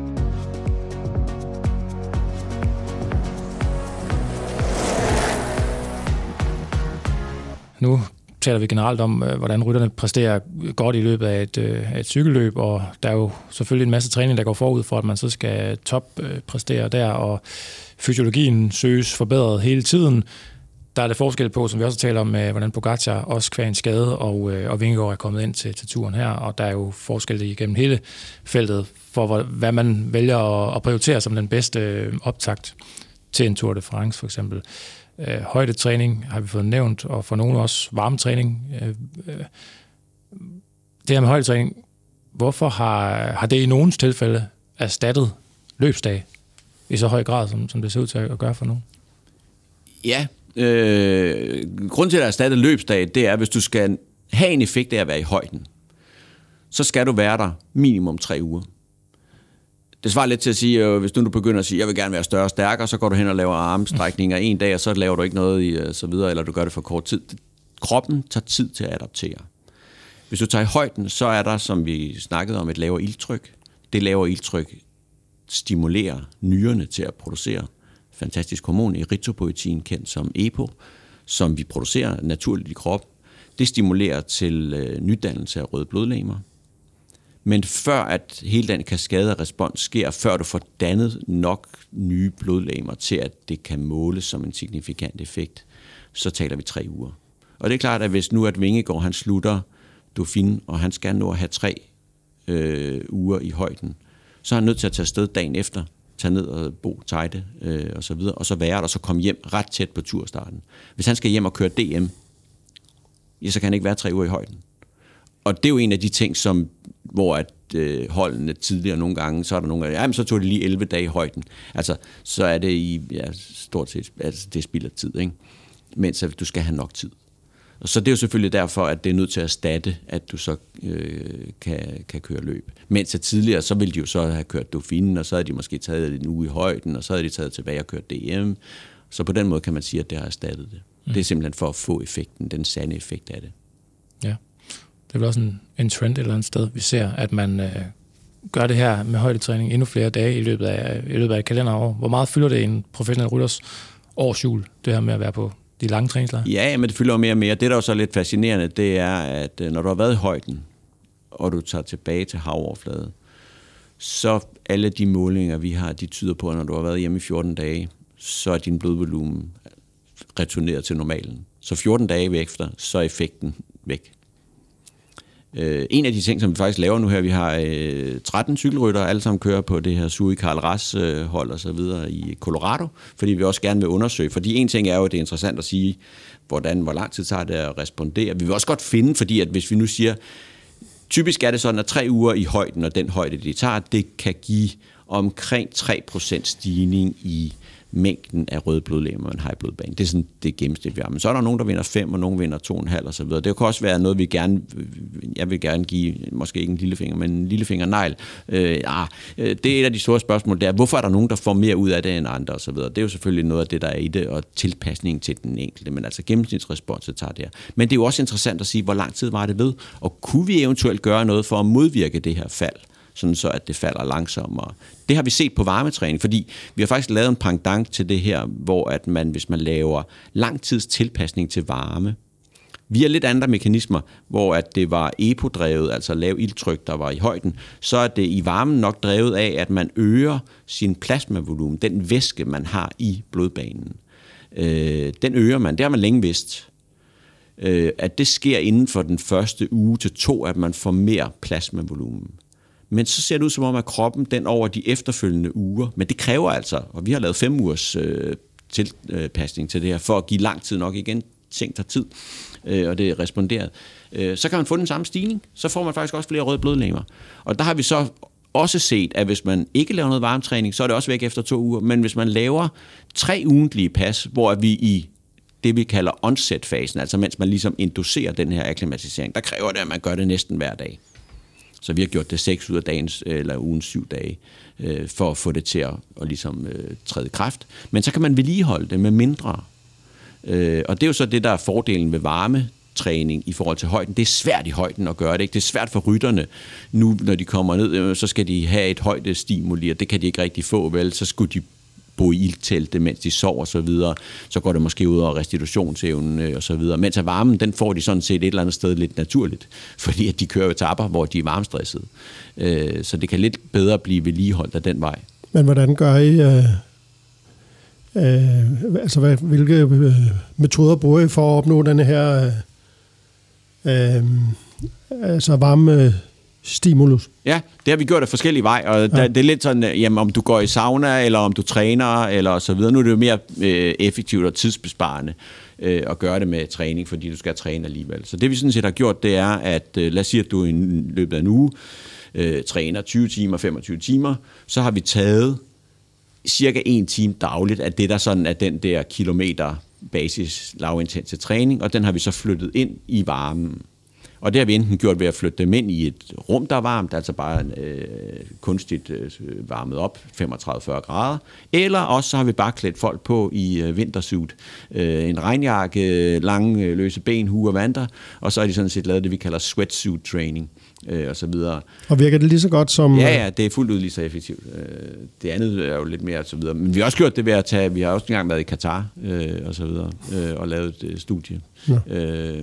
Nu taler vi generelt om, hvordan rytterne præsterer godt i løbet af et cykelløb, og der er jo selvfølgelig en masse træning, der går forud for, at man så skal toppræstere der, og fysiologien søges forbedret hele tiden. Der er det forskel på, som vi også taler om, hvordan Pogacar også kvæg en skade, og Vingegaard er kommet ind til turen her, og der er jo forskel igennem hele feltet for, hvad man vælger at prioritere som den bedste optakt til en Tour de France for eksempel. Højdetræning har vi fået nævnt, og for nogle også varmetræning. Det her med højdetræning, hvorfor har det i nogens tilfælde erstattet løbsdag i så høj grad, som det ser ud til at gøre for nogen? Ja, grunden til at erstatte løbsdag, det er, hvis du skal have en effekt af at være i højden, så skal du være der minimum 3 uger. Det svarer lidt til at sige, hvis du begynder at sige, jeg vil gerne være større og stærkere, så går du hen og laver armstrækninger en dag, og så laver du ikke noget i så videre, eller du gør det for kort tid. Kroppen tager tid til at adaptere. Hvis du tager i højden, så er der, som vi snakkede om, et lavere ilttryk. Det lavere ilttryk stimulerer nyrerne til at producere fantastisk hormon, erythropoietin, kendt som EPO, som vi producerer naturligt i kroppen. Det stimulerer til nydannelse af røde blodlegemer. Men før at hele den kaskade af respons sker, før du får dannet nok nye blodlegemer til, at det kan måles som en signifikant effekt, så taler vi 3 uger. Og det er klart, at hvis nu at Vingegaard han slutter Dauphiné, og han skal nå at have 3 uger i højden, så er han nødt til at tage afsted dagen efter, tage ned og bo Tejde og så videre, og så være der, og så komme hjem ret tæt på turstarten. Hvis han skal hjem og køre DM, ja, så kan han ikke være 3 uger i højden. Og det er jo en af de ting, hvor at holdene tidligere nogle gange, så er der nogle gange, jamen så tog det lige 11 dage i højden. Altså, så er det stort set, altså det spilder tid, ikke? Mens du skal have nok tid. Og så det er jo selvfølgelig derfor, at det er nødt til at erstatte, at du så kan køre løb. Mens tidligere, så ville de jo så have kørt Dauphiné, og så havde de måske taget en uge i højden, og så havde de taget tilbage og kørt DM. Så på den måde kan man sige, at det har erstattet det. Det er simpelthen for at få effekten, den sande effekt af det. Ja, det er vel også en trend et eller andet sted. Vi ser, at man gør det her med højdetræning endnu flere dage i løbet af et kalenderår. Hvor meget fylder det en professionel rytters årshjul, det her med at være på de lange træningslejre? Ja, men det fylder jo mere og mere. Det, der er jo så lidt fascinerende, det er, at når du har været i højden, og du tager tilbage til havoverfladen, så alle de målinger, vi har, de tyder på, at når du har været hjemme i 14 dage, så er din blodvolumen returneret til normalen. Så 14 dage efter, så er effekten væk. En af de ting, som vi faktisk laver nu her, vi har 13 cykelryttere, alle sammen kører på det her Sui Carl Ras hold og så videre i Colorado, fordi vi også gerne vil undersøge. Fordi en ting er jo, at det er interessant at sige, hvor lang tid tager det at respondere. Vi vil også godt finde, fordi at hvis vi nu siger, typisk er det sådan, at 3 uger i højden, og den højde, de tager, det kan give omkring 3% stigning i mængden af røde blodlegemer, man har i blodbanen. Det er sådan det gennemsnit, vi har. Men så er der nogen, der vinder 5, og nogen vinder 2,5 og så videre. Det kan også være noget, jeg vil gerne give, måske ikke en lillefinger, men en lillefingernegl. Det er et af de store spørgsmål, der hvorfor er der nogen, der får mere ud af det end andre og så videre. Det er jo selvfølgelig noget af det, der er i det, og tilpasningen til den enkelte, men altså gennemsnitsresponset tager det her. Men det er jo også interessant at sige, hvor lang tid var det ved, og kunne vi eventuelt gøre noget for at modvirke det her fald, sådan så at det falder langsommere. Det har vi set på varmetræning, fordi vi har faktisk lavet en pendant til det her, hvor at man, hvis man laver langtids tilpasning til varme, via lidt andre mekanismer, hvor at det var EPO-drevet, altså lav ilttryk, der var i højden, så er det i varmen nok drevet af, at man øger sin plasmavolumen, den væske, man har i blodbanen. Den øger man, det har man længe vidst. At det sker inden for den første uge til 2, at man får mere plasmavolumen. Men så ser det ud som om, at kroppen den over de efterfølgende uger, men det kræver altså, og vi har lavet 5 ugers tilpasning til det her, for at give lang tid nok igen, ting tager tid, og det er responderet, så kan man få den samme stigning, så får man faktisk også flere røde blodlegemer. Og der har vi så også set, at hvis man ikke laver noget varmetræning, så er det også væk efter 2 uger, men hvis man laver 3 ugentlige pas, hvor vi i det, vi kalder onset-fasen, altså mens man ligesom inducerer den her akklimatisering, der kræver det, at man gør det næsten hver dag. Så vi har gjort det 6 ud af dagens, eller ugens 7 dage, for at få det til at ligesom, træde i kraft. Men så kan man vedligeholde det med mindre. Og det er jo så det, der er fordelen ved varmetræning i forhold til højden. Det er svært i højden at gøre det, ikke? Det er svært for rytterne. Nu, når de kommer ned, så skal de have et højdestimuli, og det kan de ikke rigtig få, vel? Så skulle de bo i ildtelte, mens de sover og så videre, så går det måske ud over restitutionsevnen og så videre. Mens af varmen, den får de sådan set et eller andet sted lidt naturligt, fordi at de kører etapper, hvor de er varmestressede. Så det kan lidt bedre blive vedligeholdt af den vej. Men hvordan gør I, hvilke metoder bruger I for at opnå denne her varme stimulus? Ja, det har vi gjort af forskellige vej, og det er lidt sådan, jamen, om du går i sauna, eller om du træner, eller så videre. Nu er det jo mere effektivt og tidsbesparende at gøre det med træning, fordi du skal træne alligevel. Så det vi sådan set har gjort, det er, at lad os sige, at du i løbet af en uge træner 20 timer, 25 timer, så har vi taget cirka 1 time dagligt af det, der sådan er den der kilometer basis lavintensiv træning, og den har vi så flyttet ind i varmen. Og det har vi enten gjort ved at flytte dem ind i et rum, der er varmt, altså bare kunstigt varmet op, 35-40 grader, eller også så har vi bare klædt folk på i vintersuit. En regnjakke, lange løse ben, hue og vanter, og så har de sådan set lavet det, vi kalder sweatsuit training. Og så videre. Og virker det lige så godt som... Ja, det er fuldt ud lige så effektivt. Det andet er jo lidt mere og så videre. Men vi har også gjort det ved at tage... Vi har også engang været i Katar og så videre, og lavet et studie. Ja.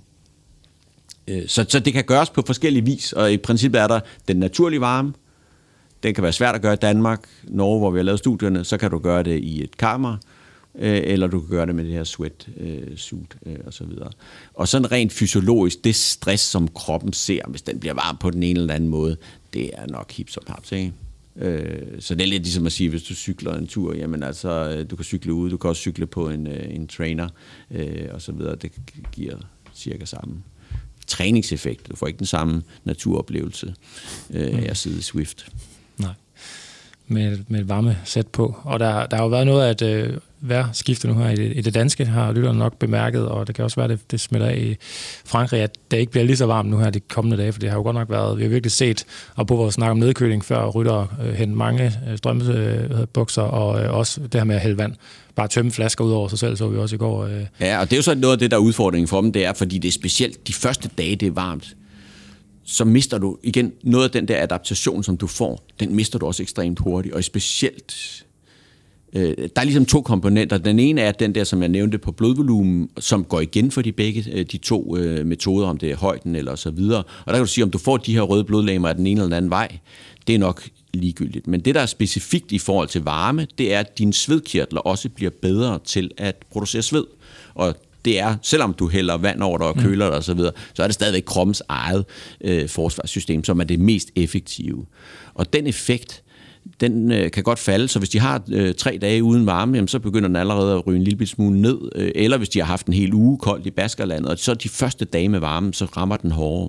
Så det kan gøres på forskellige vis, og i princippet er der den naturlige varme. Den kan være svært at gøre i Danmark, Norge, hvor vi har lavet studierne, så kan du gøre det i et kammer, eller du kan gøre det med det her sweatsuit og så videre. Og sådan rent fysiologisk, det stress, som kroppen ser, hvis den bliver varm på den ene eller anden måde, det er nok hip som haps, ikke? Så det er lidt ligesom at sige, hvis du cykler en tur, jamen altså, du kan cykle ude, du kan også cykle på en trainer og så videre. Det giver cirka samme træningseffekt. Du får ikke den samme naturoplevelse af at sidde i Swift. Nej. Med et varme sæt på. Og der har jo været noget af et vejrskifte nu her i det danske, har lytterne nok bemærket, og det kan også være, at det smitter af i Frankrig, at det ikke bliver lige så varmt nu her de kommende dage, for det har jo godt nok været, vi har virkelig set, og på vores snak om nedkøling før, rytter hen mange strømbukser, og også det her med at hælde vand, bare tømme flasker ud over sig selv, så vi også i går. Ja, og det er jo så noget af det, der er udfordringen for dem, det er, fordi det er specielt de første dage, det er varmt, så mister du igen noget af den der adaptation, som du får, den mister du også ekstremt hurtigt, og specielt, der er ligesom to komponenter. Den ene er den der, som jeg nævnte på blodvolumen, som går igen for de to metoder, om det er højden eller så videre. Og der kan du sige, om du får de her røde blodlegemer af den ene eller anden vej, det er nok ligegyldigt. Men det, der er specifikt i forhold til varme, det er, at dine svedkirtler også bliver bedre til at producere sved. Og det er, selvom du hælder vand over dig og køler dig og så videre, så er det stadigvæk kroppens eget forsvarssystem, som er det mest effektive. Og den effekt, den kan godt falde, så hvis de har 3 dage uden varme, jamen, så begynder den allerede at ryge en lille smule ned, eller hvis de har haft en hel uge koldt i Baskerlandet, og så de første dage med varme, så rammer den hårdere.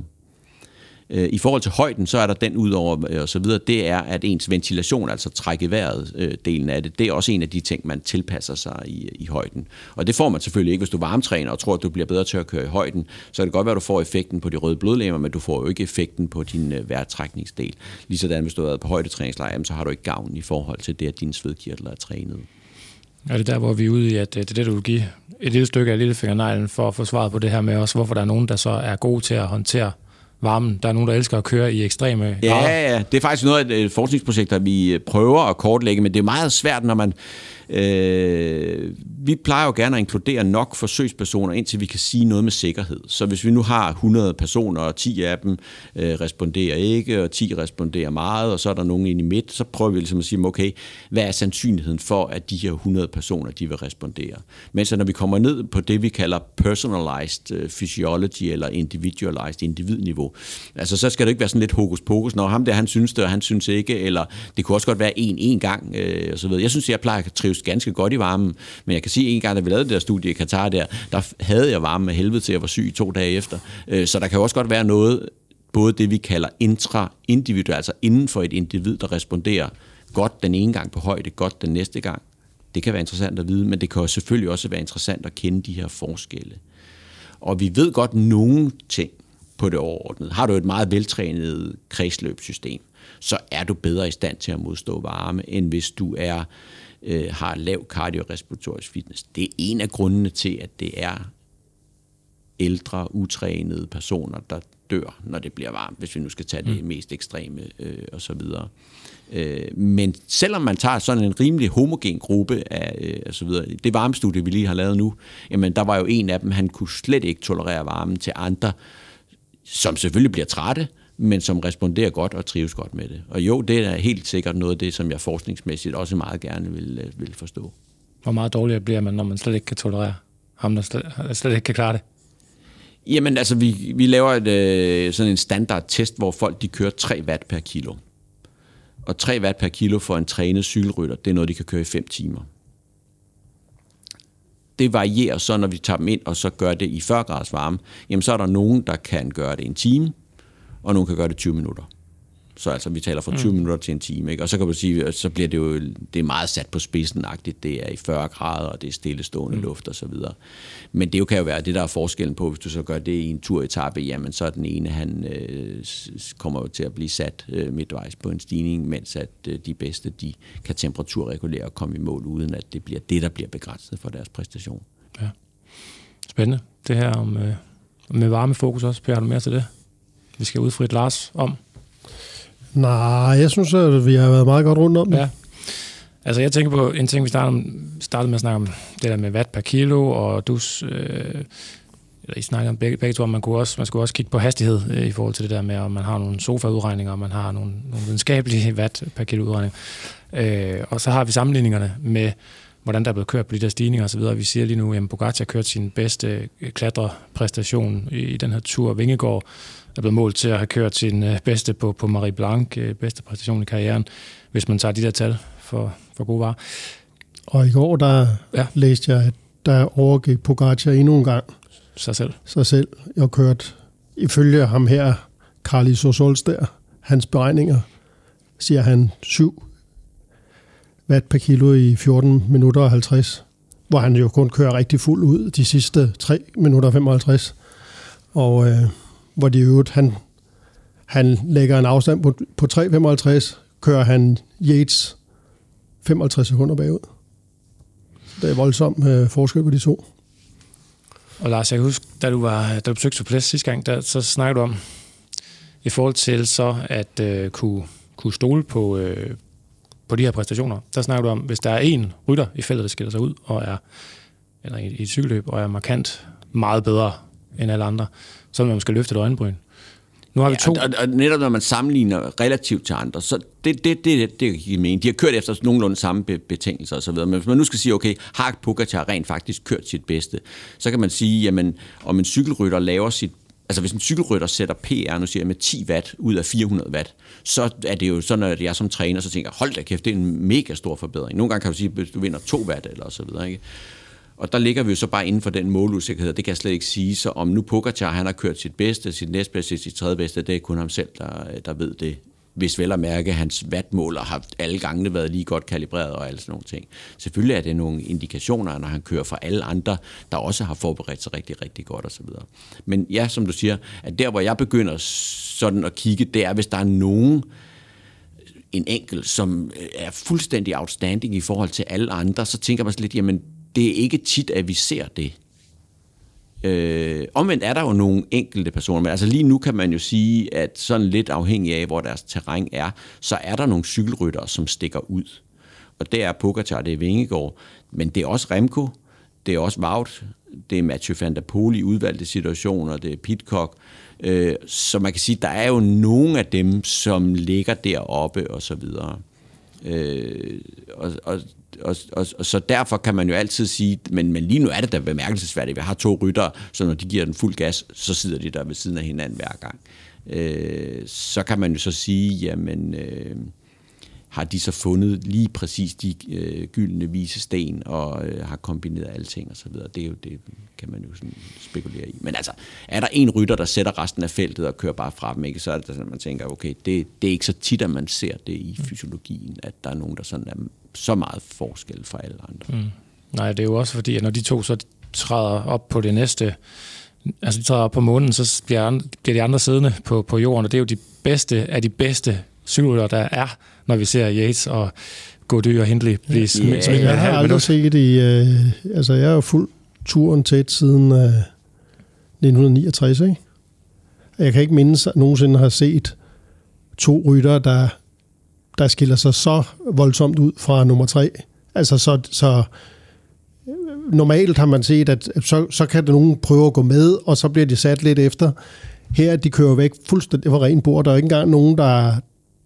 I forhold til højden, så er der den udover og så videre, det er, at ens ventilation, altså trække vejret delen af det, det er også en af de ting, man tilpasser sig i højden. Og det får man selvfølgelig ikke, hvis du varmetræner og tror, at du bliver bedre til at køre i højden, så kan det godt være, at du får effekten på de røde blodlegemer, men du får jo ikke effekten på din vejrtrækningsdel. Ligesådan, hvis du har været på højdetræningslejr, så har du ikke gavn i forhold til det, at dine svedkirtler er trænet. Og det er der, hvor vi er ude i, at det er det, du vil give et lille stykke af lillefingerneglen for at få svaret på det her med også, hvorfor der er nogen, der så er gode til at håndtere varmen. Der er nogen, der elsker at køre i ekstreme grader. Ja, det er faktisk noget af et forskningsprojekt, der vi prøver at kortlægge, men det er meget svært, når man... vi plejer jo gerne at inkludere nok forsøgspersoner, indtil vi kan sige noget med sikkerhed. Så hvis vi nu har 100 personer, og 10 af dem responderer ikke, og 10 responderer meget, og så er der nogen inde i midt, så prøver vi ligesom at sige, okay, hvad er sandsynligheden for, at de her 100 personer, de vil respondere? Men så når vi kommer ned på det, vi kalder personalized physiology, eller individualized individniveau, altså så skal det ikke være sådan lidt hokus pokus, når ham der, han synes det, og han synes ikke, eller det kunne også godt være en gang, og så videre. Jeg synes, jeg plejer at trives ganske godt i varmen, men jeg kan sige, en gang, da vi lavede det der studie i Katar der havde jeg varme med helvede til at være syg 2 dage efter. Så der kan jo også godt være noget, både det vi kalder intra-individuelt, altså inden for et individ, der responderer godt den ene gang på højde, godt den næste gang. Det kan være interessant at vide, men det kan jo selvfølgelig også være interessant at kende de her forskelle. Og vi ved godt nogle ting på det overordnede. Har du et meget veltrænet kredsløbssystem, så er du bedre i stand til at modstå varme, end hvis du har lav kardiorespiratorisk fitness. Det er en af grundene til, at det er ældre, utrænede personer, der dør, når det bliver varmt, hvis vi nu skal tage det mest ekstreme og så videre. Men selvom man tager sådan en rimelig homogen gruppe af så videre, det varmestudie, vi lige har lavet nu, jamen der var jo en af dem, han kunne slet ikke tolerere varmen til andre, som selvfølgelig bliver trætte, men som responderer godt og trives godt med det. Og jo, det er helt sikkert noget af det, som jeg forskningsmæssigt også meget gerne vil forstå. Hvor meget dårligere bliver man, når man slet ikke kan tolerere ham, der slet ikke kan klare det? Jamen, altså, vi laver sådan en standard test, hvor folk de kører 3 watt per kilo. Og 3 watt per kilo for en trænet cykelrytter, det er noget, de kan køre i 5 timer. Det varierer så, når vi tager dem ind og så gør det i 40 graders varme. Jamen, så er der nogen, der kan gøre det i 1 time, og nogen kan gøre det 20 minutter. Så altså, vi taler fra 20 minutter til en time, ikke? Og så kan man sige, så bliver det jo, det er meget sat på spidsen-agtigt. Det er i 40 grader, og det er stillestående luft og så videre. Men det kan jo være det, der er forskellen på, hvis du så gør det i en turetappe, jamen så er den ene, han kommer jo til at blive sat midtvejs på en stigning, mens at de bedste, de kan temperaturregulere og komme i mål, uden at det bliver det, der bliver begrænset for deres præstation. Ja. Spændende. Det her med varmefokus også. Per, har du mere til det? Vi skal udfrit Lars om. Nej, jeg synes, at vi har været meget godt rundt om det. Ja. Altså, jeg tænker på en ting, vi startede med at snakke om, det der med watt per kilo, og I snakker om begge to, man skulle også kigge på hastighed i forhold til det der med, om man har nogle sofa-udregninger, og man har nogle videnskabelige watt per kilo udregninger. Og så har vi sammenligningerne med, hvordan der er blevet kørt på de der stigninger og så videre. Vi siger lige nu, at Pogačar har kørt sin bedste klatrepræstation i den her tur. Vingegaard er blevet målt til at have kørt sin bedste på Marie Blanc, bedste præstation i karrieren, hvis man tager de der tal for gode varer. Og i går, der læste jeg, at der overgik Pogačar endnu en gang. Sig selv. Jeg kørte, ifølge ham her, Carly Sosols der, hans beregninger, siger han 7 watt per kilo i 14 minutter og 50, hvor han jo kun kører rigtig fuld ud de sidste 3 minutter og 55. Og hvor de øvrigt, han lægger en afstand på 3,55, kører han Yates 55 sekunder bagud. Det er voldsom forskel på de to. Og Lars, jeg kan huske, da du besøgte Tour sidste gang, så snakkede du om, i forhold til så at kunne stole på de her præstationer, der snakker du om, hvis der er en rytter i feltet, der skiller sig ud, eller i et cykelløb, og er markant meget bedre end alle andre, så vil man måske løfte et øjenbryn. Nu har vi to. Og netop når man sammenligner relativt til andre, så det kan give mening. De har kørt efter nogenlunde samme betingelser og så videre. Men hvis man nu skal sige, okay, har Pogačar rent faktisk kørt sit bedste, så kan man sige, jamen, om en cykelrytter laver sit. Altså hvis en cykelrytter sætter PR, nu siger jeg, med 10 watt ud af 400 watt, så er det jo sådan, at jeg som træner, så tænker, hold da kæft, det er en mega stor forbedring. Nogle gange kan du sige, at du vinder 2 watt eller så videre, ikke? Og der ligger vi jo så bare inden for den målusikkerhed, det kan jeg slet ikke sige. Så om nu Pogačar, han har kørt sit bedste, sit næstbedste, sit tredje bedste, det er kun ham selv, der ved det. Hvis vel at mærke, at hans wattmåler har alle gangene været lige godt kalibreret og alle sådan nogle ting. Selvfølgelig er det nogle indikationer, når han kører fra alle andre, der også har forberedt sig rigtig, rigtig godt og så videre. Men ja, som du siger, at der hvor jeg begynder sådan at kigge, det er, hvis der er en enkelt, som er fuldstændig outstanding i forhold til alle andre, så tænker man lidt, jamen det er ikke tit, at vi ser det. Omvendt er der jo nogle enkelte personer, men altså lige nu kan man jo sige, at sådan lidt afhængig af, hvor deres terræn er, så er der nogle cykelryttere, som stikker ud. Og det er Pogačar, det er Vingegaard, men det er også Remco, det er også Wout, det er Mathieu van der Poel i udvalgte situationer, det er Pidcock. Så man kan sige, der er jo nogle af dem, som ligger deroppe og så videre. Og så derfor kan man jo altid sige, men lige nu er det da bemærkelsesværdigt. Vi har 2 ryttere, så når de giver den fuld gas, så sidder de der ved siden af hinanden hver gang. Så kan man jo så sige, jamen har de så fundet lige præcis de gyldne vise sten og har kombineret alle ting og så videre. Det er jo det, kan man jo sådan spekulere i. Men altså, er der en rytter, der sætter resten af feltet og kører bare fra dem, ikke? Så er det sådan, at man tænker, okay, det er ikke så tit, at man ser det i fysiologien, at der er nogen, der sådan er så meget forskel fra alle andre. Nej, det er jo også fordi, at når de to så træder op på det næste, altså de træder op på månen, så bliver de andre siddende på jorden, og det er jo de bedste af de bedste cykelryttere, der er, når vi ser Yates og Gody og Hindley blive smidt. Jeg har aldrig set i, altså jeg har jo fulgt turen tæt siden 1969, ikke? Jeg kan ikke mindes, at nogensinde har set 2 ryttere, der skiller sig så voldsomt ud fra nummer 3. Altså så normalt har man set, at så kan der nogen prøve at gå med, og så bliver de sat lidt efter. Her, de kører væk fuldstændig fra ren bord. Der er ikke engang nogen,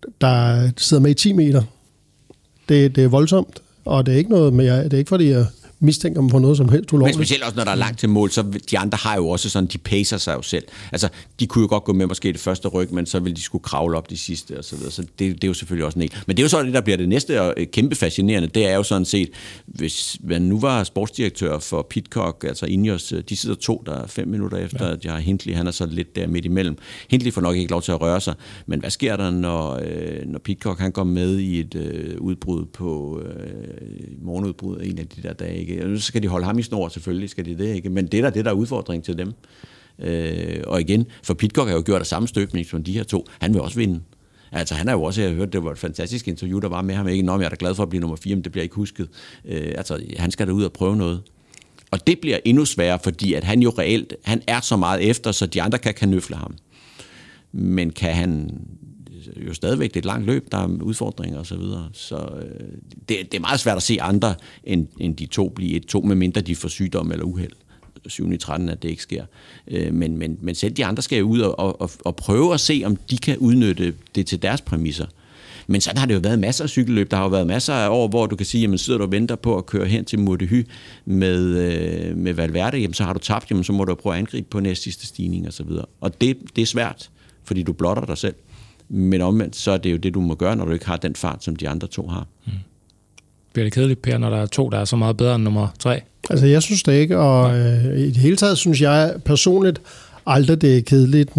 der sidder med i 10 meter. Det er voldsomt, og det er ikke noget med, det er ikke fordi, jeg mistænker dem for noget som helst ulovligt. Men specielt også, når der er langt til mål, så de andre har jo også sådan, de pacer sig jo selv. Altså, de kunne jo godt gå med måske det første ryg, men så ville de skulle kravle op de sidste og så videre. Så det er jo selvfølgelig også en del. Men det er jo så det, der bliver det næste og kæmpe fascinerende. Det er jo sådan set, hvis man nu var sportsdirektør for Pidcock, altså Ineos, de sidder 2 der 5 minutter efter, at jeg har Hindley, han er så lidt der midt imellem. Hindley får nok ikke lov til at røre sig, men hvad sker der, når Pidcock han går med i et udbrud på morgenudbrud en af de der dage, ikke? Så skal de holde ham i snor, selvfølgelig skal de det, ikke? Men det der er udfordring til dem. Og igen, for Pidcock har jo gjort det samme støbning som de her 2. Han vil også vinde. Altså han har jo også, jeg har hørt, det var et fantastisk interview, der var med ham, ikke? Nå, jeg er da glad for at blive nummer 4, men det bliver ikke husket. Altså han skal da ud og prøve noget. Og det bliver endnu sværere, fordi at han jo reelt, han er så meget efter, så de andre kan kanøfle ham. Men kan han jo stadigvæk, det er et langt løb, der er udfordringer og så videre. Så det er meget svært at se andre end de 2 blive 1-2, medmindre de får sygdom eller uheld. 7-13, at det ikke sker. Men selv de andre skal jo ud og prøve at se, om de kan udnytte det til deres præmisser. Men sådan har det jo været masser af cykelløb. Der har jo været masser af år, hvor du kan sige, jamen sidder du og venter på at køre hen til Murdehy med Valverde, jamen så har du tabt, jamen så må du prøve at angribe på næste sidste stigning og så videre. Og det er svært, fordi du blotter dig selv. Men omvendt, så er det jo det, du må gøre, når du ikke har den fart, som de andre 2 har. Bliver det kedeligt, Per, når der er 2, der er så meget bedre end nummer 3? Altså, jeg synes det ikke, og i det hele taget synes jeg personligt aldrig, det er kedeligt,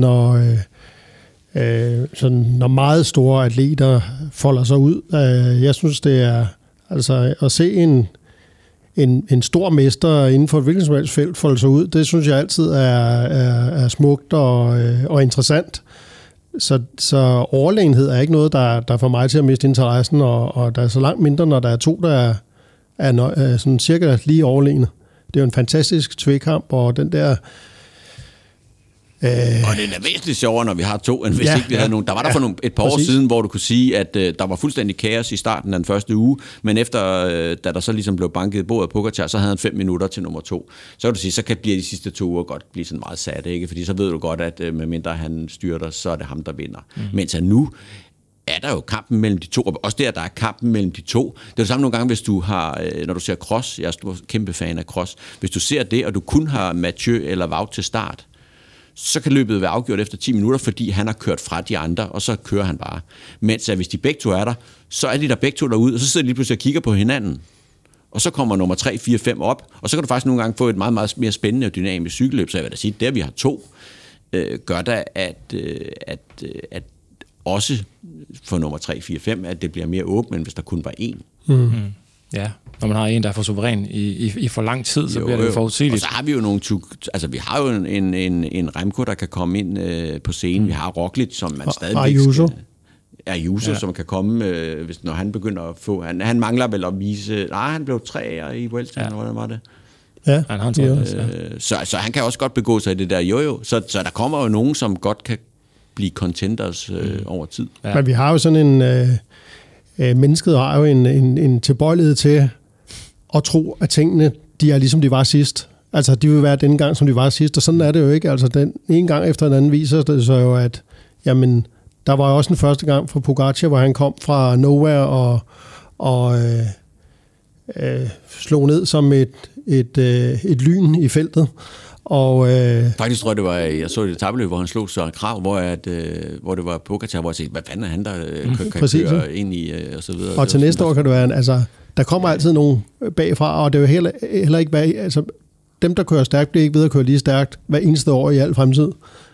når meget store atleter folder sig ud. Jeg synes, det er altså at se en stor mester inden for et hvilket som helst felt folde sig ud, det synes jeg altid er smukt og interessant. Så overlegenhed er ikke noget, der får mig til at miste interessen, og der er så langt mindre, når der er 2, der er sådan cirka lige overlegne. Det er jo en fantastisk tvekamp, og den der... Og det er væsentligt sjovere, når vi har 2, end hvis ikke vi havde nogen. Der var der for et par år siden, hvor du kunne sige, at der var fuldstændig kaos i starten af den første uge, men efter, da der så ligesom blev banket i bordet af Pogačar, så havde han 5 minutter til nummer 2. Så kan du sige, så kan de sidste 2 uger godt blive sådan meget satte, ikke? Fordi så ved du godt, at medmindre han styrter, så er det ham, der vinder. Mens nu er der jo kampen mellem de 2, og også der er kampen mellem de 2. Det er det samme nogle gange, hvis du har, når du ser cross, jeg er stor kæmpe fan af cross, hvis du ser det, og du kun har Mathieu eller Wout til start, så kan løbet være afgjort efter 10 minutter, fordi han har kørt fra de andre, og så kører han bare. Mens hvis de begge 2 er der, så er de der begge 2 derude, og så sidder de lige pludselig og kigger på hinanden. Og så kommer nummer 3, 4, 5 op, og så kan du faktisk nogle gange få et meget, meget mere spændende og dynamisk cykelløb. Så jeg vil da sige, at der vi har 2, gør da, at også for nummer 3, 4, 5, at det bliver mere åbent, end hvis der kun var 1. Ja, når man har en, der er for suveræn i for lang tid, så bliver det jo forudsigeligt. Og så har vi jo altså vi har jo en Remco, der kan komme ind på scenen. Vi har Roglic, som man stadigvæk Ayuso, som kan komme, når han begynder at få... Han mangler vel at vise... Nej, han blev 3'er i Vuelta, hvordan var det? Ja, han har en så han kan også godt begå sig i det der Så der kommer jo nogen, som godt kan blive contenders over tid. Ja. Men vi har jo sådan en... mennesket har jo en tilbøjelighed til at tro, at tingene, de er ligesom de var sidst. Altså, de vil være den gang, som de var sidst, og sådan er det jo ikke. Altså, den ene gang efter den anden viser det så jo, at jamen, der var jo også den første gang for Pogačar, hvor han kom fra nowhere og slog ned som et lyn i feltet. Og, faktisk tror jeg, det var, jeg så et etapeløb, hvor han slog Søren Kragh, hvor det var Pogačar, hvor jeg tænkte, hvad fanden er han, der kan køre ind i, og så videre. Og til næste år kan det være, altså, der kommer altid nogen bagfra, og det er jo heller ikke, altså, dem, der kører stærkt, bliver ikke ved at køre lige stærkt hver eneste år i al fremtid.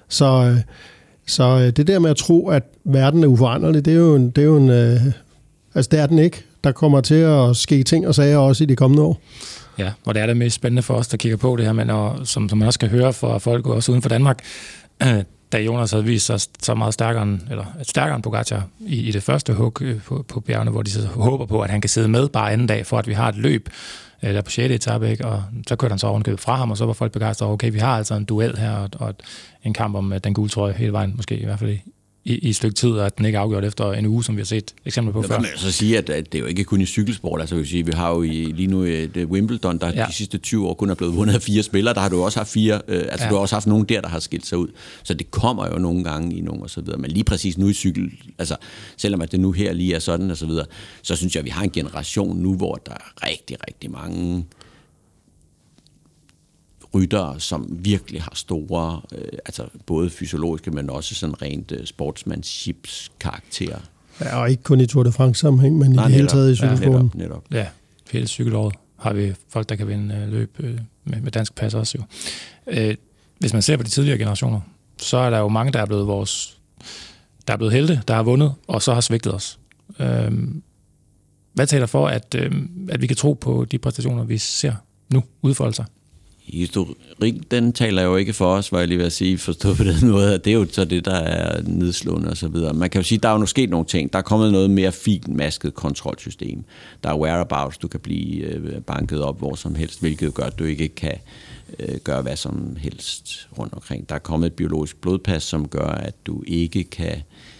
Så det der med at tro, at verden er uforanderlig, det er jo en altså det er den ikke. Der kommer til at ske ting og sager også i de kommende år. Ja, og det er det mest spændende for os, der kigger på det her, men som man også kan høre fra folk også uden for Danmark, da Jonas havde vist sig så meget stærkere end Pogačar i det første hug på bjergene, hvor de så håber på, at han kan sidde med bare anden dag, for at vi har et løb der på 6. etape, ikke? Og så kørte han så ovenkøbet fra ham, og så var folk begejstrede, okay, vi har altså en duel her, og en kamp om den gule trøje hele vejen, måske i hvert fald i et stykke tid, og at den ikke er afgjort efter en uge, som vi har set eksempler på før. Jeg vil så sige, at det er jo ikke kun i cykelsport. Altså, vi har jo lige nu et Wimbledon, der de sidste 20 år kun er blevet vundet af 4 spillere. Der har du også haft 4. Du har også haft nogen der har skilt sig ud. Så det kommer jo nogle gange i nogen og så videre. Men lige præcis nu i cykel, altså selvom at det nu her lige er sådan og så videre, så synes jeg, at vi har en generation nu, hvor der er rigtig, rigtig mange ryttere, som virkelig har store, altså både fysiologiske, men også sådan rent sportsmanships karakter. Ja, og ikke kun i Tour de France sammenhæng, men i det hele taget i cykelsporten. Netop. Ja, hele cykelåret har vi folk, der kan vinde løb med dansk pas også jo. Hvis man ser på de tidligere generationer, så er der jo mange, der er blevet helte, der har vundet, og så har svigtet os. Hvad taler for, at vi kan tro på de præstationer, vi ser nu udfolde sig? Historik, den taler jo ikke for os, var jeg lige ved at sige, forstået på den måde, at det er jo så det, der er nedslående og så videre. Man kan jo sige, at der er jo sket nogle ting. Der er kommet noget mere finmasket kontrolsystem. Der er whereabouts, du kan blive banket op hvor som helst, hvilket gør, at du ikke kan gøre hvad som helst rundt omkring. Der er kommet et biologisk blodpas, som gør, at du ikke kan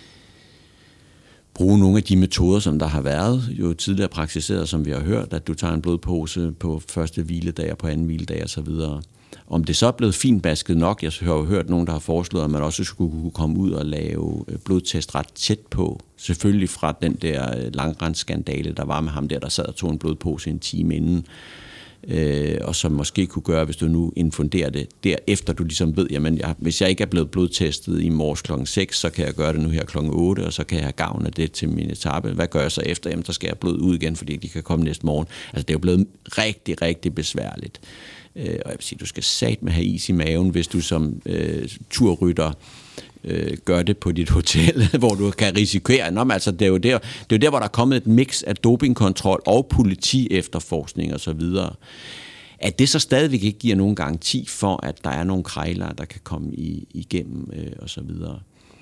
bruge nogle af de metoder, som der har været jo tidligere praktiseret, som vi har hørt, at du tager en blodpose på første hviledag og på anden hviledag og så videre. Om det så er blevet finbasket nok, jeg har jo hørt nogen, der har foreslået, at man også skulle kunne komme ud og lave blodtest ret tæt på. Selvfølgelig fra den der langrensskandale, der var med ham der sad og tog en blodpose en time inden. Og som måske kunne gøre, hvis du nu infunderer det derefter, du ligesom ved, jamen hvis jeg ikke er blevet blodtestet i morges klokken 6, så kan jeg gøre det nu her klokken 8, og så kan jeg have gavn af det til min etape. Hvad gør jeg så efter? Jamen, så skal jeg blod ud igen, fordi de kan komme næste morgen. Altså, det er jo blevet rigtig, rigtig besværligt. Og jeg vil sige, du skal satme have is i maven, hvis du som turrytter gør det på dit hotel, hvor du kan risikere. Nå, men altså, det er jo der, hvor der er kommet et mix af dopingkontrol og politi-efterforskning og så videre. At det så stadigvæk ikke giver nogen garanti for, at der er nogle krejlere, der kan komme igennem og så videre.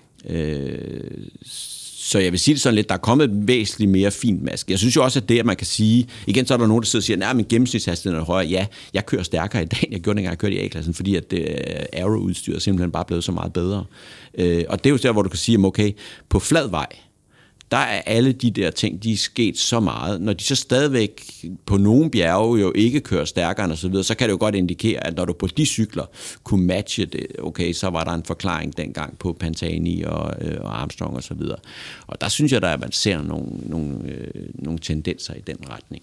Så jeg vil sige det sådan lidt, der er kommet et væsentligt mere fint mask. Jeg synes jo også, at det, at man kan sige, igen så er der nogen, der sidder og siger, at min gennemsnitshastighed er højere. Ja, jeg kører stærkere i dag, end jeg gjorde dengang jeg kørte i A-klassen, fordi at aero-udstyret simpelthen bare blevet så meget bedre. Og det er jo der, hvor du kan sige, at okay, på flad vej, der er alle de der ting, de er sket så meget. Når de så stadigvæk på nogle bjerge jo ikke kører stærkere og så videre, så kan det jo godt indikere, at når du på de cykler kunne matche det, okay, så var der en forklaring dengang på Pantani og Armstrong og så videre. Og der synes jeg, at man ser nogle tendenser i den retning.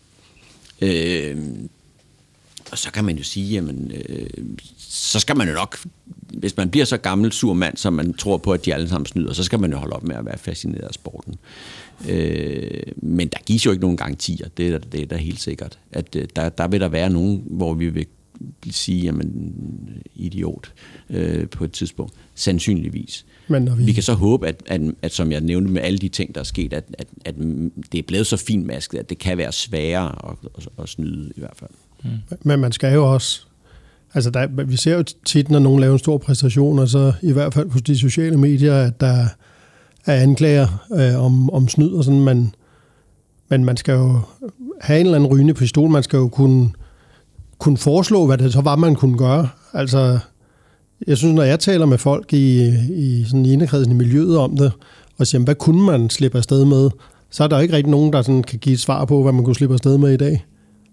Og så kan man jo sige, jamen, så skal man jo nok, hvis man bliver så gammel sur mand, som man tror på, at de alle sammen snyder, så skal man jo holde op med at være fascineret af sporten. Men der gives jo ikke nogen garantier, det er da helt sikkert. At der vil der være nogen, hvor vi vil sige, jamen, idiot på et tidspunkt. Sandsynligvis. Men vi kan så håbe, at som jeg nævnte med alle de ting, der er sket, at det er blevet så finmasket, at det kan være sværere at snyde i hvert fald. Men man skal jo også, altså vi ser jo tit, når nogen laver en stor præstation, og så i hvert fald hos de sociale medier, at der er anklager om snyd og sådan, men man skal jo have en eller anden rygende pistol, man skal jo kunne foreslå, hvad det så var, man kunne gøre. Altså, jeg synes, når jeg taler med folk i sådan inderkredsen i miljøet om det, og siger, hvad kunne man slippe afsted med, så er der jo ikke rigtig nogen, der sådan kan give et svar på, hvad man kunne slippe afsted med i dag.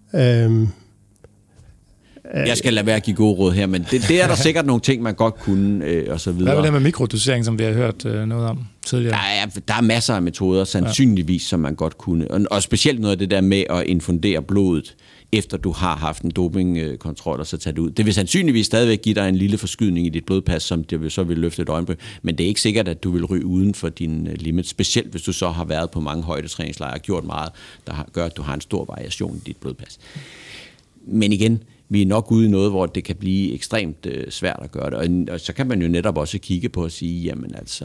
Jeg skal lade være at give gode råd her, men det er der sikkert nogle ting, man godt kunne, og så videre. Hvad er det med mikrodosering, som vi har hørt noget om tidligere? Der er masser af metoder, sandsynligvis, som man godt kunne. Og specielt noget af det der med at infundere blodet, efter du har haft en dopingkontrol, og så tage det ud. Det vil sandsynligvis stadigvæk give dig en lille forskydning i dit blodpas, som det så vil løfte et øjenbryn, men det er ikke sikkert, at du vil ryge uden for din limit, specielt hvis du så har været på mange højdetræningslejre og gjort meget, der gør, at du har en stor variation i dit blodpas. Men igen, vi er nok ude i noget, hvor det kan blive ekstremt svært at gøre det. Og så kan man jo netop også kigge på og sige, jamen altså,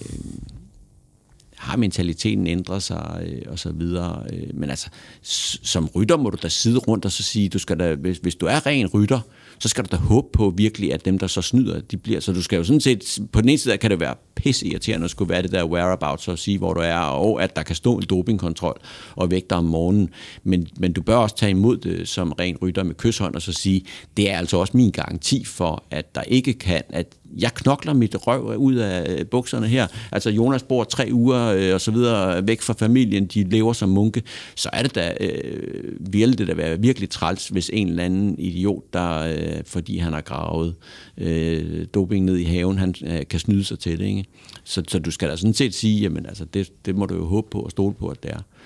har mentaliteten ændret sig og så videre. Men altså, som rytter må du da sidde rundt og så sige, du skal da, hvis du er ren rytter, så skal du da håbe på virkelig, at dem, der så snyder, de bliver. Så du skal jo sådan set, på den ene side kan det være pisseirriterende at skulle være det der whereabouts og sige, hvor du er, og at der kan stå en dopingkontrol og vække dig om morgenen. Men du bør også tage imod det som ren rytter med kysshånd og så sige, det er altså også min garanti for, at der ikke kan, at jeg knokler mit røv ud af bukserne her. Altså Jonas bor 3 uger og så videre væk fra familien, de lever som munke. Så er det da, ville det da være virkelig træls, hvis en eller anden idiot, der fordi han har gravet doping ned i haven, han kan snyde sig til det, ikke? Så du skal da sådan set sige, jamen altså det må du jo håbe på og stole på, at det er.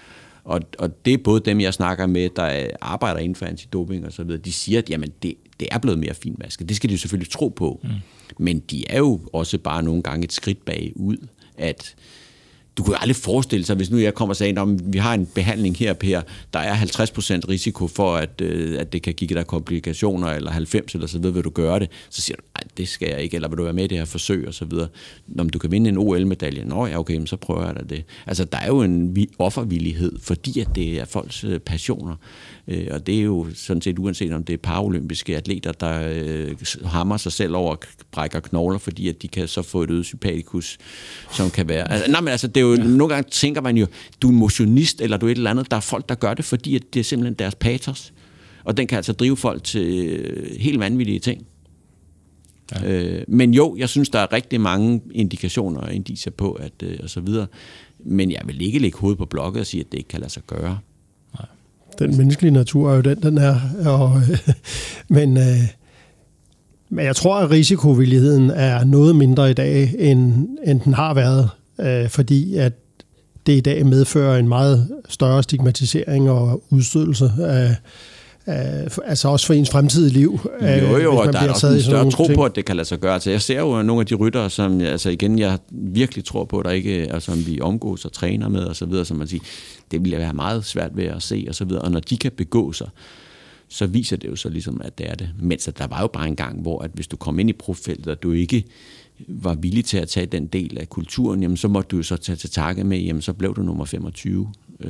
Og det er både dem, jeg snakker med, der arbejder inden for antidoping og så videre, de siger, at jamen, det er blevet mere finmasket. Det skal de jo selvfølgelig tro på. Men de er jo også bare nogle gange et skridt bagud, at du kunne jo aldrig forestille sig, hvis nu jeg kommer og siger, at vi har en behandling her, Per, der er 50% risiko for, at det kan give dig komplikationer, eller 90, eller så videre, vil du gøre det. Så siger du, nej, det skal jeg ikke, eller vil du være med i det her forsøg, og så videre. Når du kan vinde en OL-medalje, nå ja, okay, så prøver jeg da det. Altså, der er jo en offervillighed, fordi at det er folks passioner. Og det er jo sådan set uanset om det er paralympiske atleter, der hammer sig selv over og brækker knogler, fordi at de kan så få et øget sympatikus, som kan være... Altså, det er jo, nogle gange tænker man jo, du er motionist, eller du er et eller andet. Der er folk, der gør det, fordi at det er simpelthen deres patos. Og den kan altså drive folk til helt vanvittige ting. Ja. Men jo, jeg synes, der er rigtig mange indikationer og indicier på, at og så videre. Men jeg vil ikke lægge hovedet på blokket og sige, at det ikke kan lade sig gøre. Nej. Den menneskelige natur er jo den er. Men jeg tror, at risikovilligheden er noget mindre i dag, end den har været. Fordi at det i dag medfører en meget større stigmatisering og udstødelse af altså også for ens fremtidige liv. Jo, og der er også en større tro på, at det kan lade sig gøre. Altså, jeg ser jo nogle af de ryttere, som altså igen, jeg virkelig tror på, der ikke, altså, som vi omgås og træner med og så videre, som man siger, det vil være meget svært ved at se og så videre. Og når de kan begå sig, så viser det jo så ligesom, at det er det. Mens der var jo bare en gang, hvor at hvis du kom ind i profeltet, og du ikke var villig til at tage den del af kulturen, jamen så måtte du jo så tage til takke med, jamen så blev du nummer 25.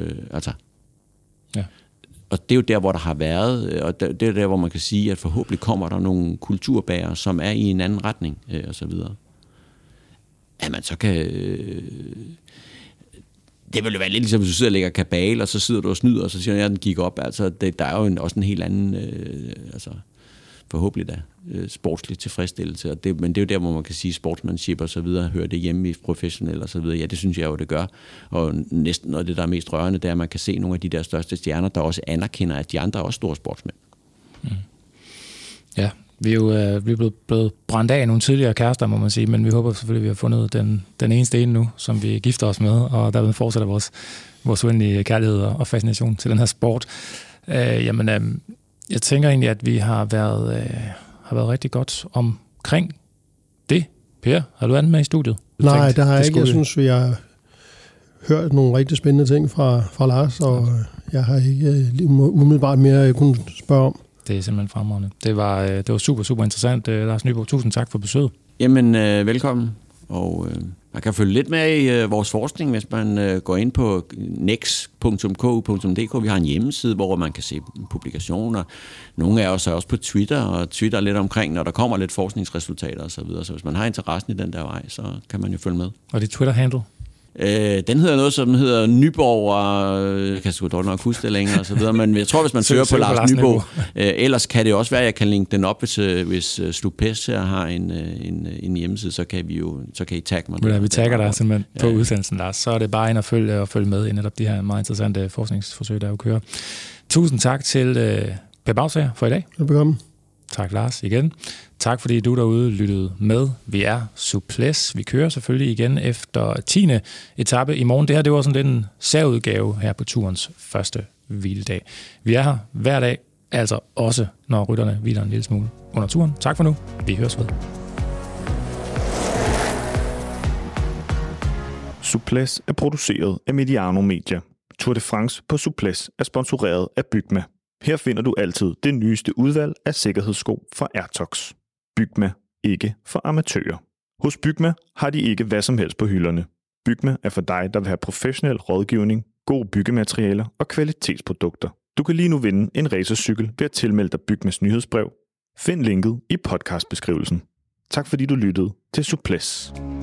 Ja. Og det er jo der, hvor der har været, og det er der, hvor man kan sige, at forhåbentlig kommer der nogle kulturbærere, som er i en anden retning, og så videre. At man så kan... Det vil jo være lidt ligesom, hvis du sidder og lægger kabale, og så sidder du og snyder, og så siger jeg, at den gik op. Altså, der er jo også en helt anden... forhåbentlig da, sportslig tilfredsstillelse. Men det er jo der, hvor man kan sige, sportsmanship og så videre, hører det hjemme i professionel og så videre. Ja, det synes jeg jo, det gør. Og næsten noget af det, der er mest rørende, det er, at man kan se nogle af de der største stjerner, der også anerkender, at de andre er også store sportsmænd. Ja, vi er jo blevet brændt af nogle tidligere kærester, må man sige, men vi håber selvfølgelig, at vi har fundet den eneste ene nu, som vi gifter os med, og derved fortsætter vores uendelige kærlighed og fascination til den her sport. Jeg tænker egentlig, at vi har været rigtig godt omkring det. Per, har du andet med i studiet? Nej, det har jeg ikke. Jeg synes, vi har hørt nogle rigtig spændende ting fra Lars, og jeg har ikke umiddelbart mere, jeg kunne spørge om. Det er simpelthen fremragende. Det var super, super interessant. Lars Nyborg, tusind tak for besøget. Jamen, velkommen. Og man kan følge lidt med i vores forskning, hvis man går ind på nex.ku.dk. Vi har en hjemmeside, hvor man kan se publikationer. Nogle af os er også på Twitter, og Twitter lidt omkring, når der kommer lidt forskningsresultater osv. Så hvis man har interessen i den der vej, så kan man jo følge med. Og dit Twitter-handle? Den hedder noget, som hedder Nyborg, og jeg kan sgu dårligt nok huske det længere og så videre, men jeg tror, hvis man søger på Lars Nyborg, ellers kan det også være, at jeg kan linke den op, hvis Slupes her har en hjemmeside, så kan I tagge mig. Ja, vi tagger dig simpelthen på udsendelsen, Lars. Så er det bare ind og følge med i netop de her meget interessante forskningsforsøg, der jo kører. Tusind tak til Per Baugsager for i dag. Velbekomme. Tak, Lars, igen. Tak, fordi du derude lyttede med. Vi er Suples. Vi kører selvfølgelig igen efter 10. etape i morgen. Det her, det var sådan lidt en særudgave her på turens første hviledag. Vi er her hver dag, altså også når rytterne hviler en lille smule under turen. Tak for nu. Vi høres ved. Suples er produceret af Mediano Media. Tour de France på Suples er sponsoreret af Bygma. Her finder du altid det nyeste udvalg af sikkerhedssko fra Airtox. Bygma, ikke for amatører. Hos Bygma har de ikke hvad som helst på hylderne. Bygma er for dig, der vil have professionel rådgivning, gode byggematerialer og kvalitetsprodukter. Du kan lige nu vinde en racercykel ved at tilmelde dig Bygmas nyhedsbrev. Find linket i podcastbeskrivelsen. Tak fordi du lyttede til Suples.